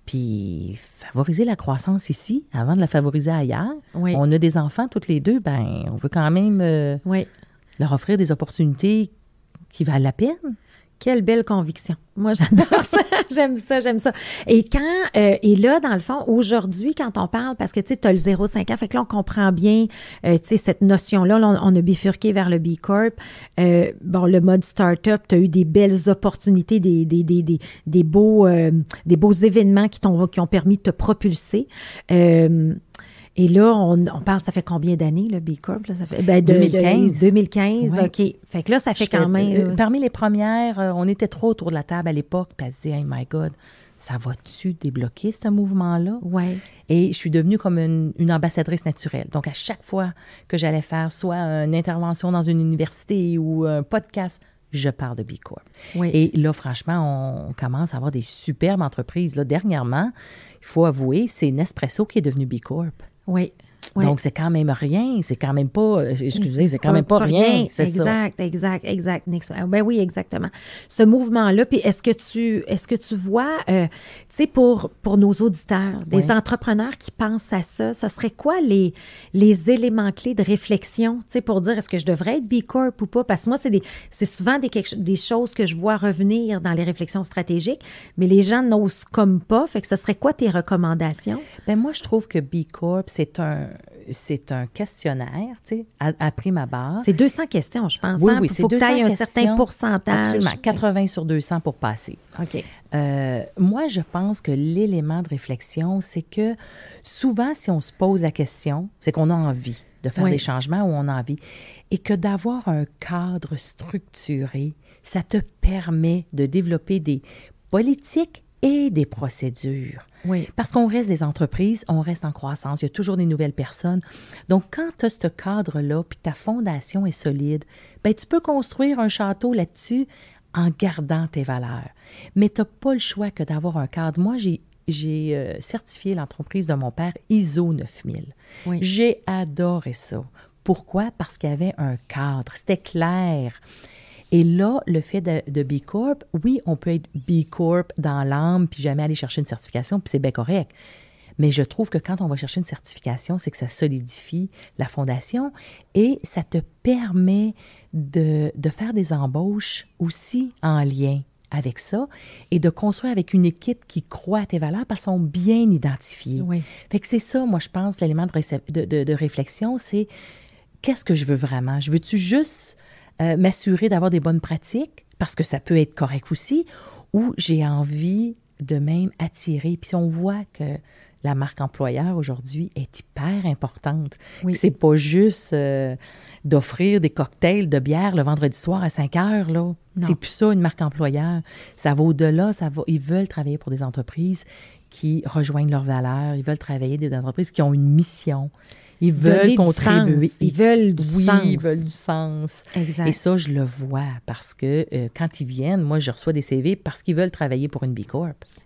Puis favoriser la croissance ici avant de la favoriser ailleurs. Oui. On a des enfants toutes les deux, ben on veut quand même euh, Oui. leur offrir des opportunités qui valent la peine. Quelle belle conviction. Moi, j'adore ça. J'aime ça, j'aime ça. Et quand, euh, et là, dans le fond, aujourd'hui, quand on parle, parce que, tu sais, tu as le zéro à cinq ans, fait que là, on comprend bien, euh, tu sais, cette notion-là, là, on, on a bifurqué vers le B Corp. Euh, bon, le mode start-up, tu as eu des belles opportunités, des, des, des, des, des beaux, euh, des beaux événements qui t'ont, qui ont permis de te propulser. Euh, Et là, on, on parle, ça fait combien d'années, le B Corp? Là? Ça fait, ben, de, deux mille quinze. De, deux mille quinze, Oui. OK. Fait que là, ça fait J'étais, quand même... euh, parmi les premières, euh, on était trop autour de la table à l'époque, puis elle se disait, « Hey, my God, ça va-tu débloquer ce mouvement-là? » Ouais. Et je suis devenue comme une, une ambassadrice naturelle. Donc, à chaque fois que j'allais faire soit une intervention dans une université ou un podcast, je parle de B Corp. Oui. Et là, franchement, on commence à avoir des superbes entreprises. Là, dernièrement, il faut avouer, c'est Nespresso qui est devenu B Corp. Oui. Oui. Donc, c'est quand même rien. C'est quand même pas... Excusez, c'est quand même pas rien. C'est exact, ça. exact, exact, exact. Ben oui, exactement. Ce mouvement-là, puis est-ce que tu est-ce que tu vois, euh, tu sais, pour, pour nos auditeurs, des Oui. entrepreneurs qui pensent à ça, ce serait quoi les, les éléments clés de réflexion, tu sais, pour dire est-ce que je devrais être B Corp ou pas? Parce que moi, c'est, des, c'est souvent des, quelque, des choses que je vois revenir dans les réflexions stratégiques, mais les gens n'osent comme pas. Fait que ce serait quoi tes recommandations? Ben moi, je trouve que B Corp, c'est un... C'est un questionnaire, tu sais, à, à prime abord. C'est deux cents questions, je pense. Oui, hein? oui, Il c'est faut que tu aies un deux cents certain questions. pourcentage. Absolument, quatre-vingts sur deux cents pour passer. OK. Euh, moi, je pense que l'élément de réflexion, c'est que souvent, si on se pose la question, c'est qu'on a envie de faire Oui. des changements ou on a envie, et que d'avoir un cadre structuré, ça te permet de développer des politiques et des procédures. Oui. Parce qu'on reste des entreprises, on reste en croissance, il y a toujours des nouvelles personnes. Donc, quand tu as ce cadre-là, puis ta fondation est solide, bien, tu peux construire un château là-dessus en gardant tes valeurs. Mais tu n'as pas le choix que d'avoir un cadre. Moi, j'ai, j'ai euh, certifié l'entreprise de mon père I S O neuf mille. Oui. J'ai adoré ça. Pourquoi? Parce qu'il y avait un cadre, c'était clair. Et là, le fait de, de B Corp, oui, on peut être B Corp dans l'âme puis jamais aller chercher une certification, puis c'est bien correct. Mais je trouve que quand on va chercher une certification, c'est que ça solidifie la fondation et ça te permet de, de faire des embauches aussi en lien avec ça et de construire avec une équipe qui croit à tes valeurs parce qu'elles sont bien identifiées. Oui. Fait que c'est ça, moi, je pense, l'élément de, récep- de, de, de réflexion, c'est qu'est-ce que je veux vraiment? Je veux-tu juste... Euh, m'assurer d'avoir des bonnes pratiques, parce que ça peut être correct aussi, ou j'ai envie de même attirer. Puis on voit que la marque employeur aujourd'hui est hyper importante. Oui. C'est pas juste euh, d'offrir des cocktails de bière le vendredi soir à cinq heures, là. Non. C'est plus ça, une marque employeur. Ça va au-delà, ça va... Ils veulent travailler pour des entreprises qui rejoignent leurs valeurs, ils veulent travailler des entreprises qui ont une mission. Ils veulent Donner du contribuer. sens. Ils veulent du oui, sens. ils veulent du sens. Exact. Et ça, je le vois parce que euh, quand ils viennent, moi, je reçois des C V parce qu'ils veulent travailler pour une B Corp.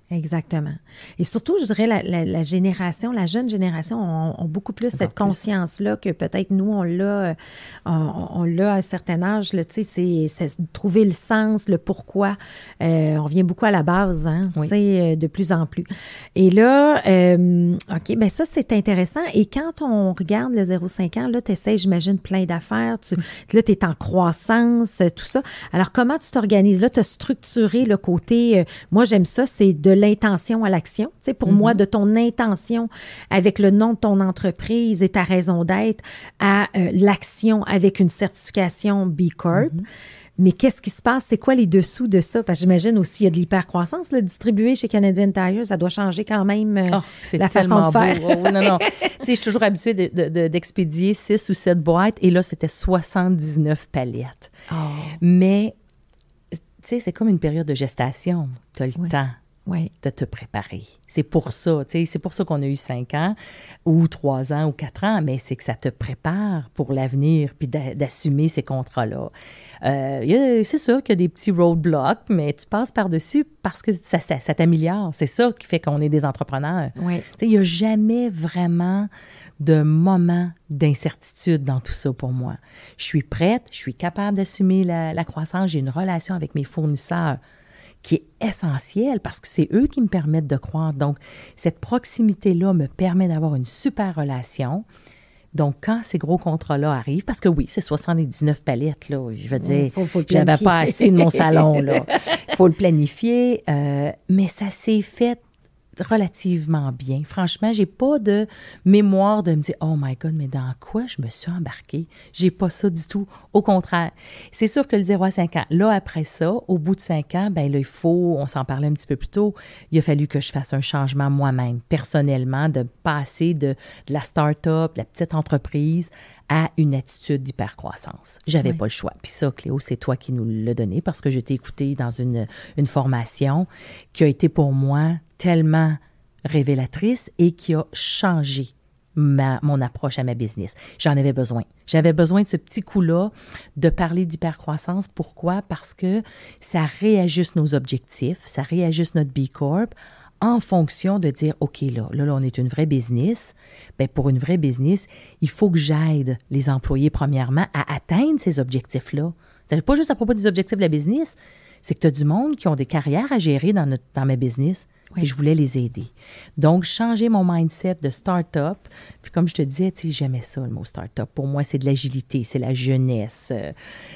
Exactement. Et surtout, je dirais, la, la, la génération, la jeune génération ont, ont beaucoup plus Encore cette plus. conscience-là que peut-être nous, on l'a, on, on l'a à un certain âge. Là, tu sais, c'est, c'est trouver le sens, le pourquoi. Euh, on revient beaucoup à la base, hein, oui. tu sais, de plus en plus. Et là, euh, OK, bien ça, c'est intéressant. Et quand on regarde le zéro cinq ans, là, tu essaies, j'imagine, plein d'affaires. Tu, là, tu es en croissance, tout ça. Alors, comment tu t'organises? Là, tu as structuré le côté, euh, moi, j'aime ça, c'est de l'intention à l'action. Tu sais, pour mm-hmm. moi, de ton intention avec le nom de ton entreprise et ta raison d'être à euh, l'action avec une certification B Corp. Mm-hmm. Mais qu'est-ce qui se passe? C'est quoi les dessous de ça? Parce que j'imagine aussi, il y a de l'hypercroissance, là, distribué chez Canadian Tire. Ça doit changer quand même euh, oh, la façon de faire. Oh, oui, non, non. Tu sais, je suis toujours habituée de, de, de, d'expédier six ou sept boîtes. Et là, c'était soixante-dix-neuf palettes. Oh. Mais, tu sais, c'est comme une période de gestation. Tu as le oui. temps. Oui. De te préparer. C'est pour ça, tu sais, c'est pour ça qu'on a eu cinq ans ou trois ans ou quatre ans, mais c'est que ça te prépare pour l'avenir puis d'a- d'assumer ces contrats-là. Euh, y a, c'est sûr qu'il y a des petits roadblocks, mais tu passes par-dessus parce que ça, ça, ça t'améliore. C'est ça qui fait qu'on est des entrepreneurs. Oui. Tu sais, il n'y a jamais vraiment de moment d'incertitude dans tout ça pour moi. Je suis prête, je suis capable d'assumer la, la croissance, j'ai une relation avec mes fournisseurs qui est essentielle parce que c'est eux qui me permettent de croître. Donc, cette proximité-là me permet d'avoir une super relation. Donc, quand ces gros contrats-là arrivent, parce que oui, c'est soixante-dix-neuf palettes, là, je veux dire, faut, faut j'avais pas assez de mon salon, là. Il faut le planifier, euh, mais ça s'est fait relativement bien. Franchement, j'ai pas de mémoire de me dire « Oh my God, mais dans quoi je me suis embarquée? » J'ai pas ça du tout. Au contraire. C'est sûr que le zéro à cinq ans, là, après ça, au bout de cinq ans, ben là, il faut, on s'en parlait un petit peu plus tôt, il a fallu que je fasse un changement moi-même, personnellement, de passer de, de la start-up, de la petite entreprise, à une attitude d'hypercroissance. J'avais oui. pas le choix. Puis ça, Cléo, c'est toi qui nous l'as donné parce que je t'ai écouté dans une, une formation qui a été pour moi tellement révélatrice et qui a changé ma, mon approche à ma business. J'en avais besoin. J'avais besoin de ce petit coup-là de parler d'hypercroissance. Pourquoi? Parce que ça réajuste nos objectifs, ça réajuste notre B Corp en fonction de dire, OK, là, là, là on est une vraie business. Bien, pour une vraie business, il faut que j'aide les employés, premièrement, à atteindre ces objectifs-là. C'est pas juste à propos des objectifs de la business, c'est que tu as du monde qui ont des carrières à gérer dans, notre, dans ma business. Oui. Et je voulais les aider. Donc, changer mon mindset de start-up. Puis comme je te disais, tu sais, j'aimais ça, le mot start-up. Pour moi, c'est de l'agilité, c'est la jeunesse. Il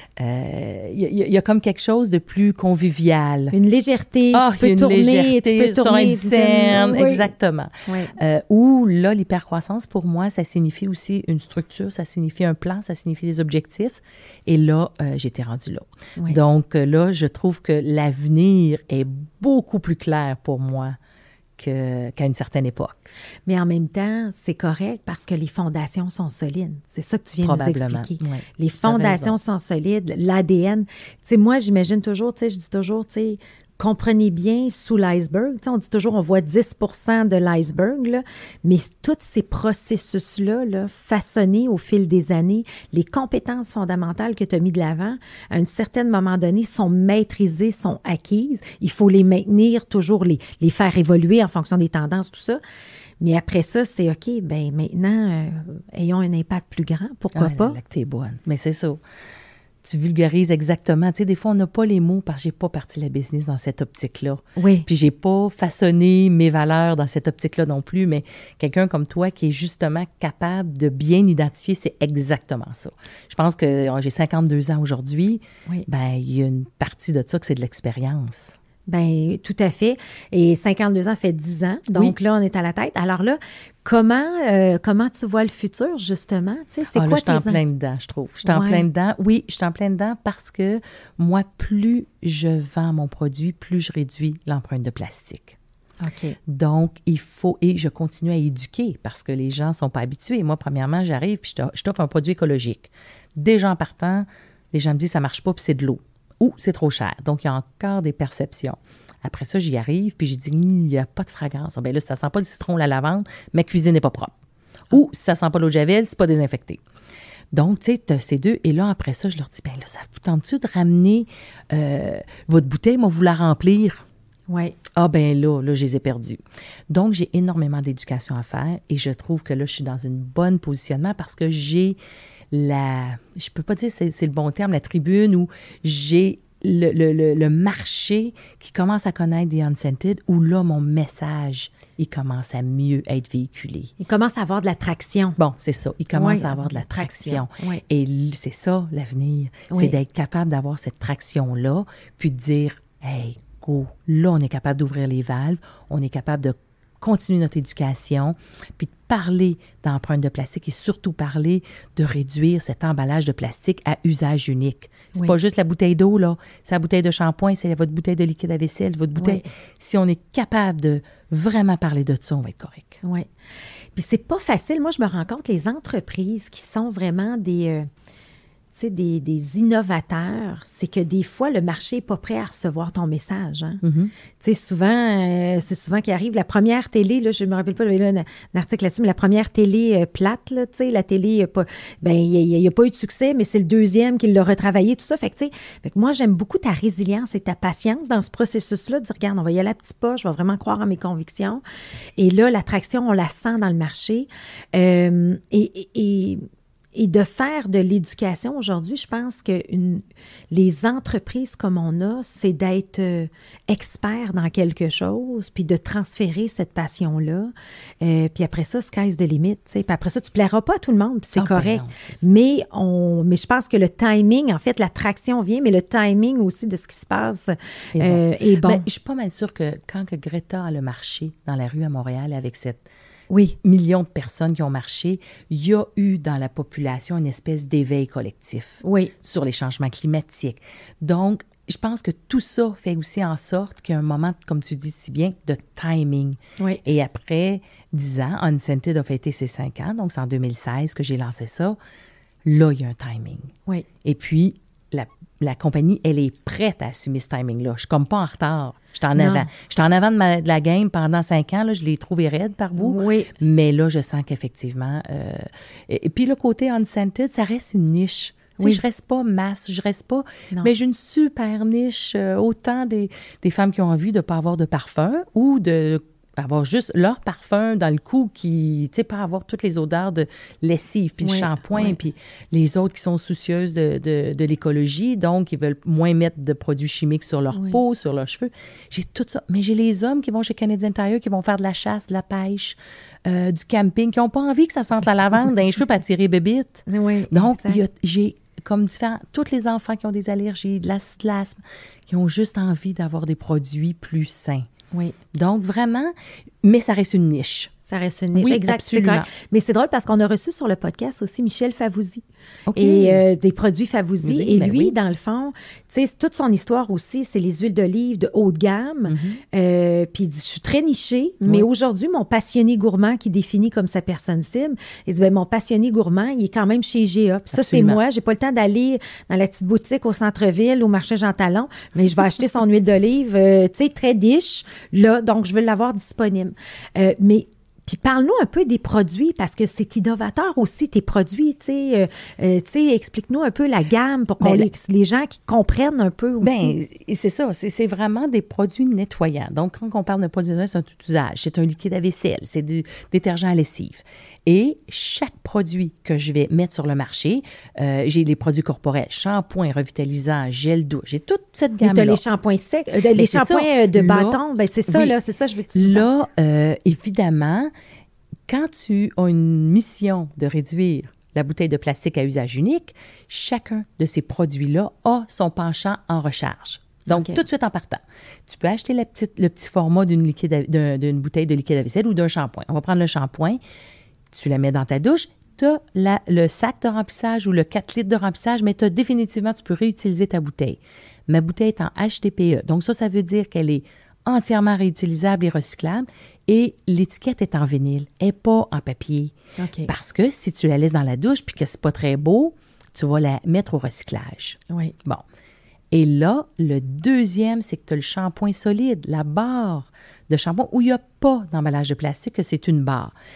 euh, y, y, y a comme quelque chose de plus convivial. Une légèreté, oh, tu peux une tourner, légèreté, tu peux tourner. Sur une scène, oui. Exactement. Oui. Euh, où là, l'hypercroissance, pour moi, ça signifie aussi une structure, ça signifie un plan, ça signifie des objectifs. Et là, euh, j'étais rendue là. Oui. Donc là, je trouve que l'avenir est beaucoup plus clair pour moi que, qu'à une certaine époque. Mais en même temps, c'est correct parce que les fondations sont solides. C'est ça que tu viens de nous expliquer. Oui, les fondations sont solides, l'A D N. Tu sais, moi, j'imagine toujours, tu sais, je dis toujours, tu sais, comprenez bien sous l'iceberg. Tu sais, on dit toujours, on voit dix pour cent de l'iceberg, là, mais tous ces processus-là, là, façonnés au fil des années, les compétences fondamentales que tu as mis de l'avant, à un certain moment donné, sont maîtrisées, sont acquises. Il faut les maintenir, toujours les, les faire évoluer en fonction des tendances, tout ça. Mais après ça, c'est OK, bien maintenant, euh, ayons un impact plus grand. Pourquoi ah, pas? Là, t'es bonne. Mais c'est ça. Tu vulgarises exactement. Tu sais, des fois, on n'a pas les mots parce que j'ai pas parti la business dans cette optique-là. Oui. Puis j'ai pas façonné mes valeurs dans cette optique-là non plus, mais quelqu'un comme toi qui est justement capable de bien identifier, c'est exactement ça. Je pense que j'ai cinquante-deux ans aujourd'hui. Oui. Ben, il y a une partie de ça que c'est de l'expérience. Bien, tout à fait. Et cinquante-deux ans fait dix ans. Donc oui. Là, on est à la tête. Alors là, comment euh, comment tu vois le futur, justement? Tu sais, c'est ah, quoi là, tes... Je suis en plein dedans, je trouve. Je suis en ouais. plein dedans. Oui, je suis en plein dedans parce que moi, plus je vends mon produit, plus je réduis l'empreinte de plastique. OK. Donc, il faut... Et je continue à éduquer parce que les gens ne sont pas habitués. Moi, premièrement, j'arrive puis je t'offre un produit écologique. Déjà en partant, les gens me disent « ça ne marche pas puis c'est de l'eau ». Ou c'est trop cher. Donc, il y a encore des perceptions. Après ça, j'y arrive, puis j'ai dit, il n'y a pas de fragrance. Bien là, ça ne sent pas le citron ou la lavande, ma cuisine n'est pas propre. Ah. Ou si ça ne sent pas l'eau de javel, c'est pas désinfecté. Donc, tu sais, tu as ces deux. Et là, après ça, je leur dis, bien là, ça vous tente-tu de ramener euh, votre bouteille, moi, vous la remplir? Oui. Ah ben là, là, je les ai perdus. Donc, j'ai énormément d'éducation à faire et je trouve que là, je suis dans une bonne positionnement parce que j'ai la... Je peux pas dire c'est, c'est le bon terme, la tribune, où j'ai le, le, le, le marché qui commence à connaître des Unscented, où là, mon message, il commence à mieux être véhiculé. Il commence à avoir de la traction. Bon, c'est ça. Il commence oui, à avoir de la traction. traction. Oui. Et c'est ça, l'avenir. Oui. C'est d'être capable d'avoir cette traction-là, puis de dire, hey, go, là, on est capable d'ouvrir les valves, on est capable de continuer notre éducation, puis de parler d'empreintes de plastique et surtout parler de réduire cet emballage de plastique à usage unique. C'est oui. pas juste la bouteille d'eau, là. C'est la bouteille de shampoing, c'est votre bouteille de liquide à vaisselle, votre bouteille. Oui. Si on est capable de vraiment parler de ça, on va être correct. Oui. Puis c'est pas facile. Moi, je me rends compte, les entreprises qui sont vraiment des... Euh, tu sais, des, des innovateurs, c'est que des fois, le marché n'est pas prêt à recevoir ton message. Hein? Mm-hmm. Tu sais, souvent, euh, c'est souvent qu'il arrive la première télé, là, je ne me rappelle pas, là, un, un article là-dessus, mais la première télé euh, plate, là, tu sais, la télé, pas, ben, il n'y a, a pas eu de succès, mais c'est le deuxième qui l'a retravaillé, tout ça. Fait que, tu sais, fait que moi, j'aime beaucoup ta résilience et ta patience dans ce processus-là, de dire, regarde, on va y aller à petit pas, je vais vraiment croire en mes convictions. Et là, l'attraction, on la sent dans le marché. Euh, et, et, et Et de faire de l'éducation aujourd'hui, je pense que une, les entreprises comme on a, c'est d'être euh, expert dans quelque chose, puis de transférer cette passion-là. Euh, puis après ça, sky's the limit. Puis après ça, tu ne plairas pas à tout le monde, puis c'est oh, correct. Ben non, c'est mais, on, mais je pense que le timing, en fait, l'attraction vient, mais le timing aussi de ce qui se passe est bon. Euh, est bon. Ben, je suis pas mal sûre que quand que Greta a le marché dans la rue à Montréal avec cette... Oui. Millions de personnes qui ont marché, il y a eu dans la population une espèce d'éveil collectif oui. sur les changements climatiques. Donc, je pense que tout ça fait aussi en sorte qu'il y a un moment, comme tu dis si bien, de timing. Oui. Et après dix ans, Unscented a fêté ses cinq ans, donc c'est en deux mille seize que j'ai lancé ça. Là, il y a un timing. Oui. Et puis, la, la compagnie, elle est prête à assumer ce timing-là. Je ne suis comme pas en retard. Je suis en non. avant. Je suis en avant de, ma, de la game pendant cinq ans. Là, je l'ai trouvé raide par bout. Oui. Mais là, je sens qu'effectivement... Euh, et, et puis, le côté Unscented, ça reste une niche. Oui. Je reste pas masse, je reste pas... Non. Mais j'ai une super niche. Euh, autant des, des femmes qui ont envie de ne pas avoir de parfum ou de... avoir juste leur parfum dans le cou qui, tu sais, pas avoir toutes les odeurs de lessive, puis oui, le shampoing, oui. Puis les autres qui sont soucieuses de, de, de l'écologie, donc ils veulent moins mettre de produits chimiques sur leur oui. peau, sur leurs cheveux. J'ai tout ça. Mais j'ai les hommes qui vont chez Canadian Tire, qui vont faire de la chasse, de la pêche, euh, du camping, qui n'ont pas envie que ça sente la lavande dans les cheveux pour attirer bébite. Oui, donc, il y a, j'ai comme différents, tous les enfants qui ont des allergies, de l'asthme, qui ont juste envie d'avoir des produits plus sains. Oui. Donc, vraiment, mais ça reste une niche. Ça reste une niche, oui, exact. Absolument. C'est mais c'est drôle parce qu'on a reçu sur le podcast aussi Michel Favouzi. Okay. Et euh, des produits Favouzi. Oui, et ben lui, oui. dans le fond, tu sais, toute son histoire aussi, c'est les huiles d'olive de haut de gamme. Mm-hmm. Euh, puis il dit, je suis très nichée, oui. mais aujourd'hui, mon passionné gourmand qui définit comme sa personne cible, il dit, ben mon passionné gourmand, il est quand même chez I G A. Puis ça, c'est moi. J'ai pas le temps d'aller dans la petite boutique au centre-ville, au marché Jean Talon, mais je vais acheter son huile d'olive, euh, tu sais, très dish, là, donc je veux l'avoir disponible. Euh, mais Puis parle-nous un peu des produits, parce que c'est innovateur aussi, tes produits, tu sais, euh, euh, tu sais, explique-nous un peu la gamme pour qu'on ben, les, les gens qui comprennent un peu aussi. Bien, c'est ça, c'est, c'est vraiment des produits nettoyants. Donc, quand on parle de produits nettoyants, c'est un tout usage, c'est un liquide à vaisselle, c'est du détergent à lessive. Et chaque produit que je vais mettre sur le marché, euh, j'ai les produits corporels, shampoing, revitalisant, gel douche, j'ai toute cette gamme-là. Mais tu as les shampoings secs, euh, les shampoings de bâton, ben c'est ça, oui, là, c'est ça, je veux que tu me Là, euh, évidemment, quand tu as une mission de réduire la bouteille de plastique à usage unique, chacun de ces produits-là a son penchant en recharge. Donc, okay. tout de suite en partant, tu peux acheter la petite, le petit format d'une, liquide à, d'un, d'une bouteille de liquide à vaisselle ou d'un shampoing. On va prendre le shampoing, tu la mets dans ta douche, tu as la, le sac de remplissage ou le quatre litres de remplissage, mais tu as définitivement, tu peux réutiliser ta bouteille. Ma bouteille est en H D P E, donc ça, ça veut dire qu'elle est entièrement réutilisable et recyclable. Et l'étiquette est en vinyle, elle n'est pas en papier. Okay. Parce que si tu la laisses dans la douche puis que c'est pas très beau, tu vas la mettre au recyclage. Oui. Bon. Et là, le deuxième, c'est que tu as le shampoing solide, la barre de shampoing où il n'y a pas d'emballage de plastique, que c'est une barre.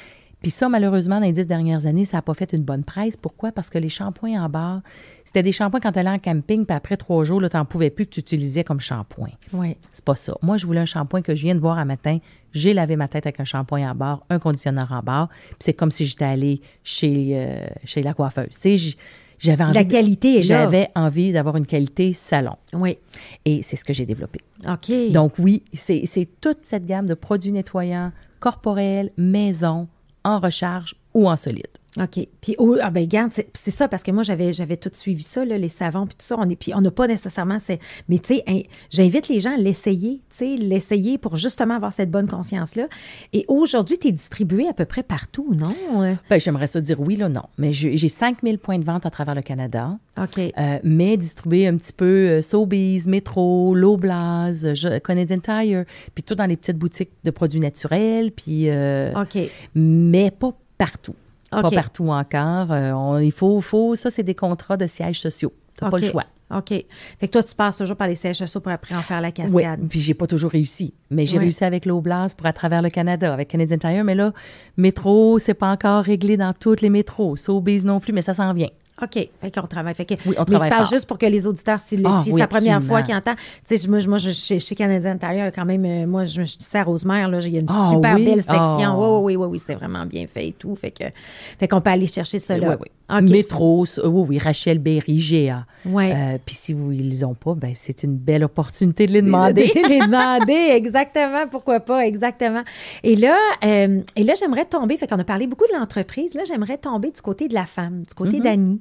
Puis ça, malheureusement, dans les dix dernières années, ça n'a pas fait une bonne presse. Pourquoi? Parce que les shampoings en barre, c'était des shampoings quand tu allais en camping, puis après trois jours, tu n'en pouvais plus que tu utilisais comme shampoing. Oui. C'est pas ça. Moi, je voulais un shampoing que je viens de voir un matin. J'ai lavé ma tête avec un shampoing en barre, un conditionneur en barre, puis c'est comme si j'étais allée chez, euh, chez la coiffeuse. Tu sais, j'avais envie... La qualité est là. J'avais envie d'avoir une qualité salon. Oui. Et c'est ce que j'ai développé. OK. Donc oui, c'est, c'est toute cette gamme de produits nettoyants corporels, maison, en recharge ou en solide. OK. Puis, oh, ah ben, regarde, c'est, c'est ça, parce que moi, j'avais, j'avais tout suivi ça, là, les savons, puis tout ça. On est, puis, on n'a pas nécessairement. C'est, mais, tu sais, hein, j'invite les gens à l'essayer, tu sais, l'essayer pour justement avoir cette bonne conscience-là. Et aujourd'hui, tu es distribué à peu près partout, non? Bien, j'aimerais ça dire oui, là, non. Mais j'ai, j'ai cinq mille points de vente à travers le Canada. OK. Euh, mais distribué un petit peu euh, Sobeys, Metro, Loblaws, je, Canadian Tire, puis tout dans les petites boutiques de produits naturels, puis. Euh, OK. Mais pas partout. Okay. Pas partout encore. Euh, on, il faut, faut, ça, c'est des contrats de sièges sociaux. Tu n'as okay. pas le choix. OK. Fait que toi, tu passes toujours par les sièges sociaux pour après en faire la cascade. Oui, puis j'ai pas toujours réussi. Mais j'ai oui. réussi avec l'Oblast pour à travers le Canada, avec Canadian Tire. Mais là, métro, c'est pas encore réglé dans toutes les métros. Sobeys non plus, mais ça s'en vient. OK. Fait qu'on travaille. Fait que, oui, on mais travaille je parle fort. juste pour que les auditeurs, si, ah, si oui, c'est la première absolument. fois qu'ils entendent. Tu sais, moi, moi je, chez, chez Canadian Tire, quand même, euh, moi, je, je suis à Rosemère, là, il y a une ah, super oui? belle section. Oh. Oui, oui, oui, oui, c'est vraiment bien fait et tout. Fait que, fait qu'on peut aller chercher ça là. Oui, oui. Okay. Métro, oui, oui, Rachel Berry, G A. Oui. Euh, Puis si vous, ils les ont pas, ben c'est une belle opportunité de les demander. De les demander, exactement. Pourquoi pas, exactement. Et là, euh, et là, j'aimerais tomber, fait qu'on a parlé beaucoup de l'entreprise. Là, j'aimerais tomber du côté de la femme, du côté mm-hmm. d'Annie.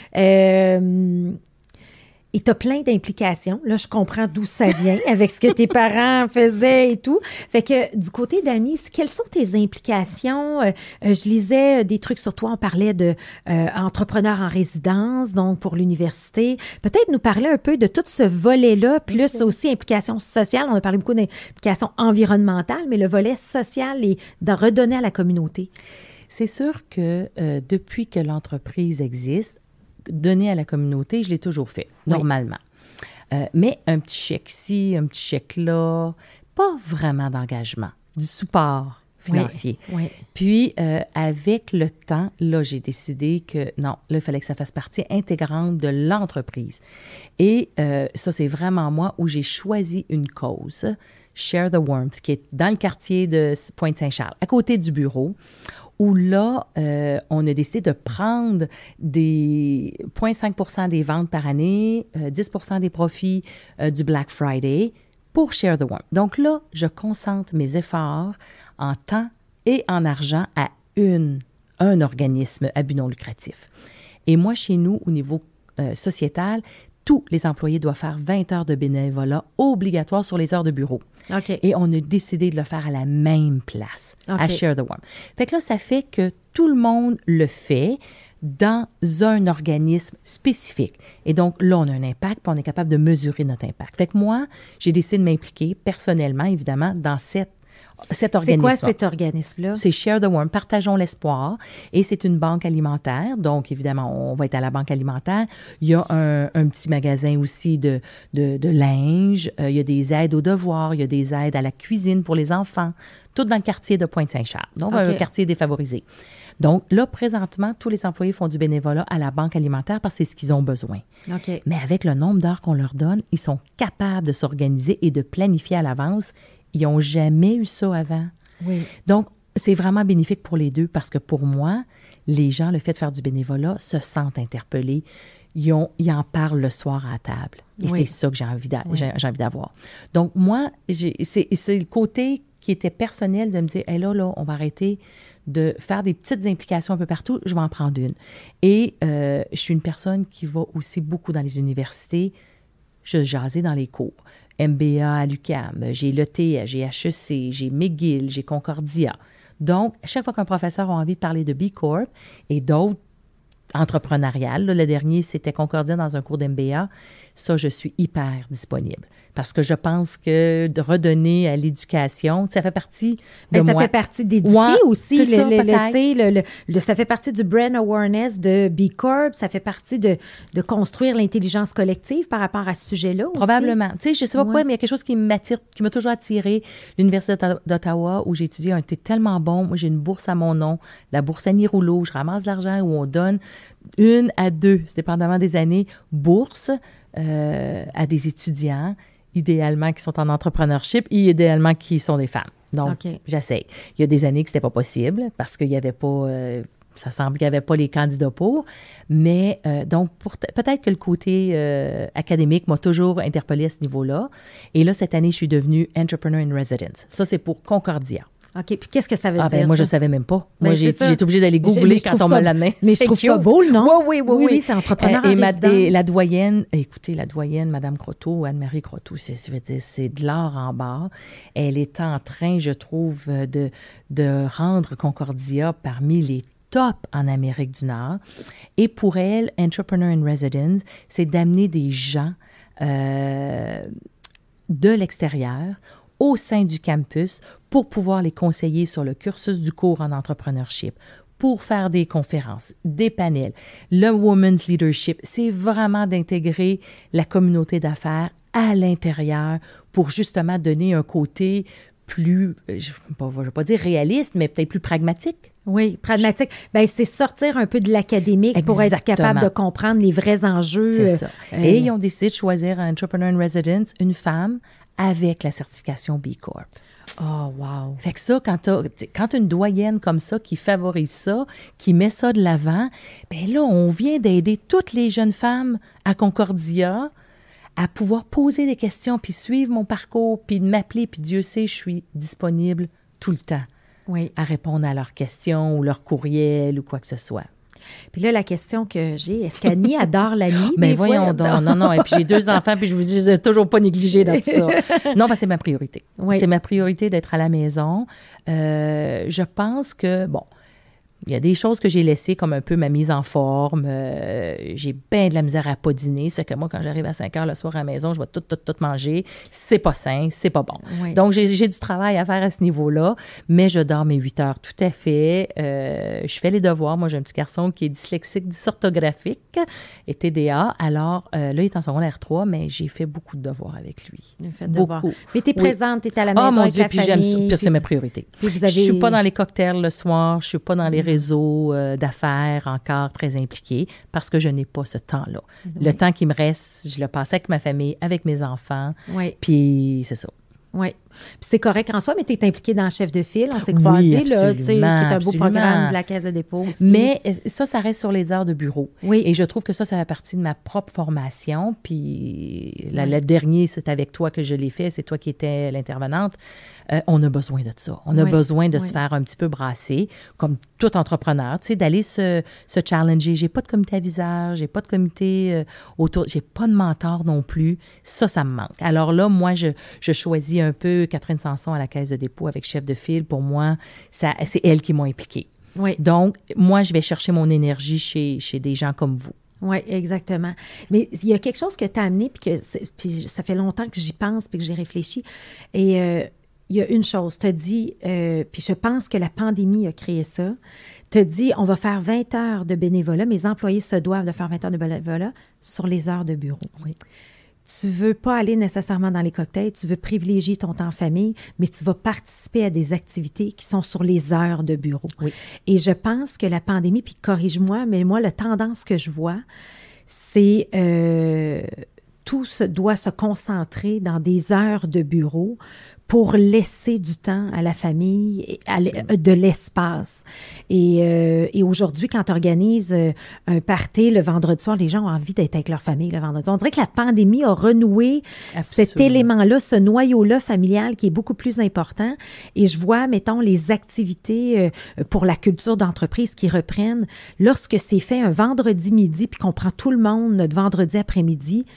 Euh, et tu as plein d'implications. Là, je comprends d'où ça vient avec ce que tes parents faisaient et tout. Fait que du côté d'Annie, quelles sont tes implications? Euh, je lisais des trucs sur toi. On parlait de euh, entrepreneur en résidence, donc pour l'université. Peut-être nous parler un peu de tout ce volet-là, plus okay. aussi implications sociales. On a parlé beaucoup d'implications environnementales, mais le volet social et de redonner à la communauté. C'est sûr que euh, depuis que l'entreprise existe, donner à la communauté, je l'ai toujours fait, normalement. Oui. Euh, mais un petit chèque ci, un petit chèque là, pas vraiment d'engagement, du support financier. Oui. Oui. Puis, euh, avec le temps, là, j'ai décidé que non, là, il fallait que ça fasse partie intégrante de l'entreprise. Et euh, ça, c'est vraiment moi où j'ai choisi une cause, Share the Warmth, qui est dans le quartier de Pointe-Saint-Charles, à côté du bureau, où là, euh, on a décidé de prendre des zéro virgule cinq pour cent des ventes par année, euh, dix pour cent des profits euh, du Black Friday pour Share the Warmth. Donc là, je concentre mes efforts en temps et en argent à une, un organisme à but non lucratif. Et moi, chez nous, au niveau euh, sociétal, tous les employés doivent faire vingt heures de bénévolat obligatoire sur les heures de bureau. Okay. Et on a décidé de le faire à la même place, okay. à Share the Warmth. Fait que là, ça fait que tout le monde le fait dans un organisme spécifique. Et donc, là, on a un impact, puis on est capable de mesurer notre impact. Fait que moi, j'ai décidé de m'impliquer personnellement, évidemment, dans cette Cet organisme. C'est quoi cet organisme-là? C'est Share the Warmth, Partageons l'espoir. Et c'est une banque alimentaire. Donc, évidemment, on va être à la banque alimentaire. Il y a un, un petit magasin aussi de, de, de linge. Euh, il y a des aides aux devoirs. Il y a des aides à la cuisine pour les enfants. Tout dans le quartier de Pointe-Saint-Charles. Donc, okay. un quartier défavorisé. Donc, là, présentement, tous les employés font du bénévolat à la banque alimentaire parce que c'est ce qu'ils ont besoin. Okay. Mais avec le nombre d'heures qu'on leur donne, ils sont capables de s'organiser et de planifier à l'avance. Ils n'ont jamais eu ça avant. Oui. Donc, c'est vraiment bénéfique pour les deux parce que pour moi, les gens, le fait de faire du bénévolat, se sentent interpellés. Ils, ont, ils en parlent le soir à la table. Et oui. c'est ça que j'ai envie, d'a, oui. j'ai, j'ai envie d'avoir. Donc, moi, j'ai, c'est, c'est le côté qui était personnel de me dire, hey, là, là, on va arrêter de faire des petites implications un peu partout. Je vais en prendre une. Et euh, je suis une personne qui va aussi beaucoup dans les universités. Je jasais dans les cours. M B A à l'U Q A M, j'ai l'E T, j'ai H E C, j'ai McGill, j'ai Concordia. Donc, chaque fois qu'un professeur a envie de parler de B Corp et d'autres entrepreneuriales, là, le dernier, c'était Concordia dans un cours d'M B A, ça, je suis hyper disponible. Parce que je pense que de redonner à l'éducation, ça fait partie de Bien, ça moi. fait partie d'éduquer Ouais, aussi. c'est Le, ça, le, le, peut-être. tu sais, le, le, le- ça fait partie du brand awareness de B Corp. Ça fait partie de, de construire l'intelligence collective par rapport à ce sujet-là aussi. Probablement. Tu sais, je sais pas Ouais. pourquoi, mais il y a quelque chose qui m'attire, qui m'a toujours attiré. L'Université d'Otta- d'Ottawa, où j'ai étudié, a été tellement bon. Moi, j'ai une bourse à mon nom, la bourse Annie Rouleau. Je ramasse de l'argent où on donne une à deux, dépendamment des années, bourses euh, à des étudiants, idéalement qui sont en entrepreneurship et idéalement qui sont des femmes. Donc, OK. j'essaie. Il y a des années que c'était pas possible parce qu'il y avait pas... euh, ça semble qu'il n'y avait pas les candidats pour. Mais euh, donc, pour t- peut-être que le côté euh, académique m'a toujours interpellée à ce niveau-là. Et là, cette année, je suis devenue Entrepreneur in Residence. Ça, c'est pour Concordia. OK. Puis qu'est-ce que ça veut Ah, dire? ben, moi, ça? je savais même pas. Ben, Moi, j'ai c'est ça. j'ai été obligée d'aller Mais je- googler mais je quand trouve on ça- me l'a mis. mais je C'est trouve ça cute. beau, le nom. Oui, oui, oui. Oui, oui, oui, c'est entrepreneur Euh, en et, ma- résidence. et la doyenne, écoutez, la doyenne, Mme Croteau, Anne-Marie Croteau, c'est, je veux dire, c'est de l'or en barre. Elle est en train, je trouve, de, de rendre Concordia parmi les top en Amérique du Nord. Et pour elle, Entrepreneur in Residence, c'est d'amener des gens euh, de l'extérieur au sein du campus pour pouvoir les conseiller sur le cursus du cours en entrepreneurship, pour faire des conférences, des panels. Le Women's Leadership, c'est vraiment d'intégrer la communauté d'affaires à l'intérieur pour justement donner un côté plus, je ne vais pas dire réaliste, mais peut-être plus pragmatique. Oui, pragmatique. Ben, c'est sortir un peu de l'académique pour être Exactement. capable de comprendre les vrais enjeux. C'est euh, ça. euh, Et ils ont décidé de choisir un Entrepreneur in Residence, une femme avec la certification B Corp. Oh, wow. Fait que ça, quand t'as, t'sais, quand t'as une doyenne comme ça qui favorise ça, qui met ça de l'avant, ben là, on vient d'aider toutes les jeunes femmes à Concordia à pouvoir poser des questions, puis suivre mon parcours, puis de m'appeler, puis Dieu sait, je suis disponible tout le temps Oui. à répondre à leurs questions ou leurs courriels ou quoi que ce soit. Puis là, la question que j'ai, est-ce qu'Annie adore la nuit? Mais des fois? voyons donc, non, non. Et puis j'ai deux enfants, puis je vous dis, je n'ai toujours pas négligé dans tout ça. Non, parce que c'est ma priorité. Oui. C'est ma priorité d'être à la maison. Euh, je pense que, bon, il y a des choses que j'ai laissées comme un peu ma mise en forme. Euh, j'ai bien de la misère à pas dîner. Ça fait que moi, quand j'arrive à cinq heures le soir à la maison, je vais tout, tout, tout manger. C'est pas sain, c'est pas bon. Oui. Donc, j'ai, j'ai du travail à faire à ce niveau-là, mais je dors mes huit heures tout à fait. Euh, je fais les devoirs. Moi, j'ai un petit garçon qui est dyslexique, dysorthographique et T D A. Alors, euh, là, il est en secondaire trois, mais j'ai fait beaucoup de devoirs avec lui. Le fait de voir. Beaucoup. Mais t'es Oui. présente, t'es à la maison Oh mon avec Dieu, la puis j'aime ça. famille. Puis c'est puis ma vous- priorité. puis vous avez- Je suis pas dans les cocktails le soir, je suis pas dans les réseaux euh, d'affaires encore très impliqués parce que je n'ai pas ce temps-là. Le Oui. temps qui me reste, je le passe avec ma famille, avec mes enfants, Oui, puis c'est ça. oui. Puis c'est correct en soi, mais tu es impliqué dans Chef de file. On s'est Oui, croisés, là, tu sais, qui est absolument, un beau absolument. programme de la Caisse de dépôt aussi. Mais euh, ça, ça reste sur les heures de bureau. Oui. Et je trouve que ça, ça fait partie de ma propre formation. Puis la, Oui. le dernier, c'est avec toi que je l'ai fait. C'est toi qui étais l'intervenante. Euh, on a besoin de ça. On a Oui. besoin de Oui. se faire un petit peu brasser, comme tout entrepreneur, tu sais, d'aller se, se challenger. J'ai pas de comité aviseur, j'ai pas de comité euh, autour, j'ai pas de mentor non plus. Ça, ça me manque. Alors là, moi, je, je choisis un peu Catherine Sanson à la Caisse de dépôt avec Chef de file. Pour moi, ça, c'est elle qui m'a impliquée. Oui. Donc, moi, je vais chercher mon énergie chez, chez des gens comme vous. Oui, exactement. Mais il y a quelque chose que tu as amené, puis que c'est- puis ça fait longtemps que j'y pense, puis que j'ai réfléchi. Et euh, il y a une chose, tu as dit, euh, puis je pense que la pandémie a créé ça. Tu as dit, on va faire vingt heures de bénévolat, mes employés se doivent de faire vingt heures de bénévolat sur les heures de bureau. Oui. Tu veux pas aller nécessairement dans les cocktails, tu veux privilégier ton temps en famille, mais tu vas participer à des activités qui sont sur les heures de bureau. Oui. Et je pense que la pandémie, puis corrige-moi, mais moi, la tendance que je vois, c'est euh, tout se, doit se concentrer dans des heures de bureau pour laisser du temps à la famille, et à l- de l'espace. Et, euh, et aujourd'hui, quand tu organises euh, un party le vendredi soir, les gens ont envie d'être avec leur famille le vendredi soir. On dirait que la pandémie a renoué cet Absolument. élément-là, ce noyau-là familial qui est beaucoup plus important. Et je vois, mettons, les activités euh, pour la culture d'entreprise qui reprennent. Lorsque c'est fait un vendredi midi, puis qu'on prend tout le monde notre vendredi après-midi,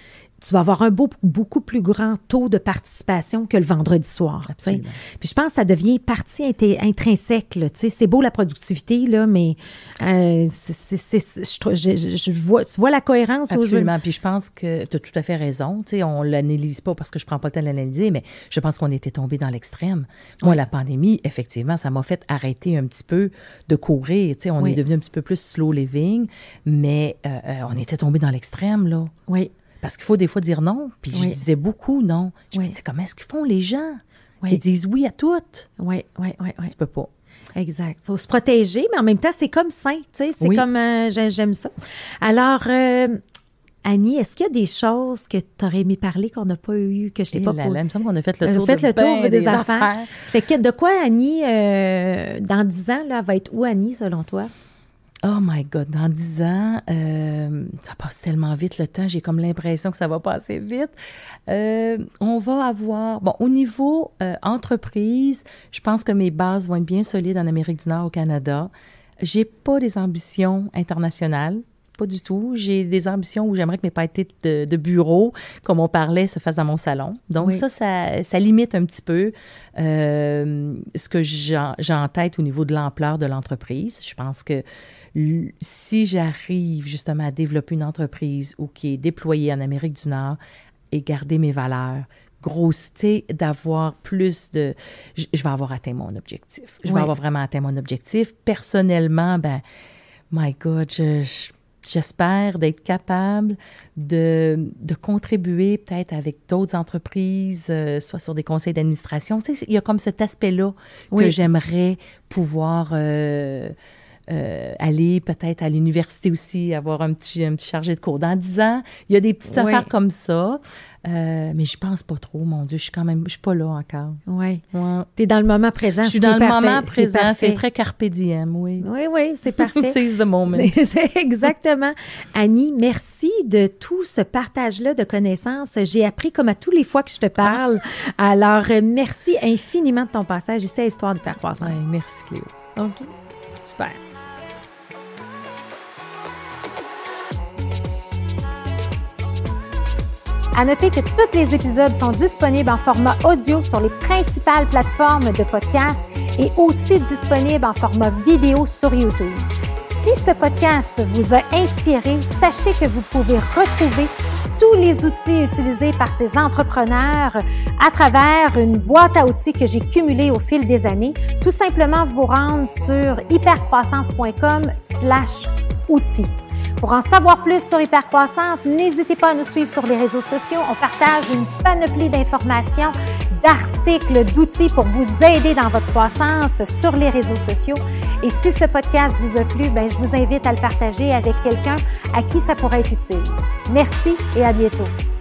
tu vas avoir un beau, beaucoup plus grand taux de participation que le vendredi soir. Absolument. Puis je pense que ça devient partie int- intrinsèque. Là, c'est beau la productivité, là, mais euh, c'est, c'est, c'est, je, je, je vois, tu vois la cohérence. Absolument. Puis je pense que tu as tout à fait raison. T'sais, on ne l'analyse pas parce que je ne prends pas le temps de l'analyser, mais je pense qu'on était tombé dans l'extrême. Moi, oui. La pandémie, effectivement, ça m'a fait arrêter un petit peu de courir. T'sais, on oui. est devenu un petit peu plus slow living, mais euh, euh, on était tombé dans l'extrême, là. Oui. Parce qu'il faut des fois dire non. Puis oui. je disais beaucoup non. Je oui. me disais, comment est-ce qu'ils font les gens oui. qui disent oui à tout? Oui, oui, oui. oui. Tu peux pas. Exact. Il faut se protéger, mais en même temps, c'est comme sain. Tu sais, c'est oui. comme, euh, j'aime ça. Alors, euh, Annie, est-ce qu'il y a des choses que tu aurais aimé parler qu'on n'a pas eu, que je t'ai Et pas là, posé? là, il me semble qu'on a fait le tour, fait de le tour des, des, des affaires. affaires. Fait que de quoi, Annie, euh, dans dix ans, là, va être où, Annie, selon toi? Oh my God, dans dix ans, euh, ça passe tellement vite le temps, j'ai comme l'impression que ça va passer vite. Euh, on va avoir, bon, au niveau euh, entreprise, je pense que mes bases vont être bien solides en Amérique du Nord, au Canada. J'ai pas des ambitions internationales. Pas du tout. J'ai des ambitions où j'aimerais que mes parties de, de bureau, comme on parlait, se fassent dans mon salon. Donc oui. ça, ça, ça limite un petit peu euh, ce que j'ai en, j'ai en tête au niveau de l'ampleur de l'entreprise. Je pense que si j'arrive justement à développer une entreprise ou qui est déployée en Amérique du Nord et garder mes valeurs, grossité, d'avoir plus de... Je, je vais avoir atteint mon objectif. Je oui. vais avoir vraiment atteint mon objectif. Personnellement, ben, my God, je... je J'espère d'être capable de, de contribuer peut-être avec d'autres entreprises, euh, soit sur des conseils d'administration. Tu sais, il y a comme cet aspect-là oui. que j'aimerais pouvoir euh, euh, aller peut-être à l'université aussi, avoir un petit, un petit chargé de cours. Dans dix ans, il y a des petites oui. affaires comme ça, euh, mais je pense pas trop, mon Dieu. Je suis quand même, je suis pas là encore. Oui. Ouais. Tu es dans le moment présent. Je suis dans le parfait, moment présent. C'est très carpe diem, oui. Oui, oui, c'est parfait. Seize the moment. Exactement. Annie, merci de tout ce partage-là de connaissances. J'ai appris comme à tous les fois que je te parle. Alors, merci infiniment de ton passage ici à Histoire d'Hypercroissance. Oui, merci, Cléo. OK. Super. À noter que tous les épisodes sont disponibles en format audio sur les principales plateformes de podcast et aussi disponibles en format vidéo sur YouTube. Si ce podcast vous a inspiré, sachez que vous pouvez retrouver tous les outils utilisés par ces entrepreneurs à travers une boîte à outils que j'ai cumulée au fil des années. Tout simplement vous rendre sur hypercroissance point com slash outils. Pour en savoir plus sur Hypercroissance, n'hésitez pas à nous suivre sur les réseaux sociaux. On partage une panoplie d'informations, d'articles, d'outils pour vous aider dans votre croissance sur les réseaux sociaux. Et si ce podcast vous a plu, ben, je vous invite à le partager avec quelqu'un à qui ça pourrait être utile. Merci et à bientôt.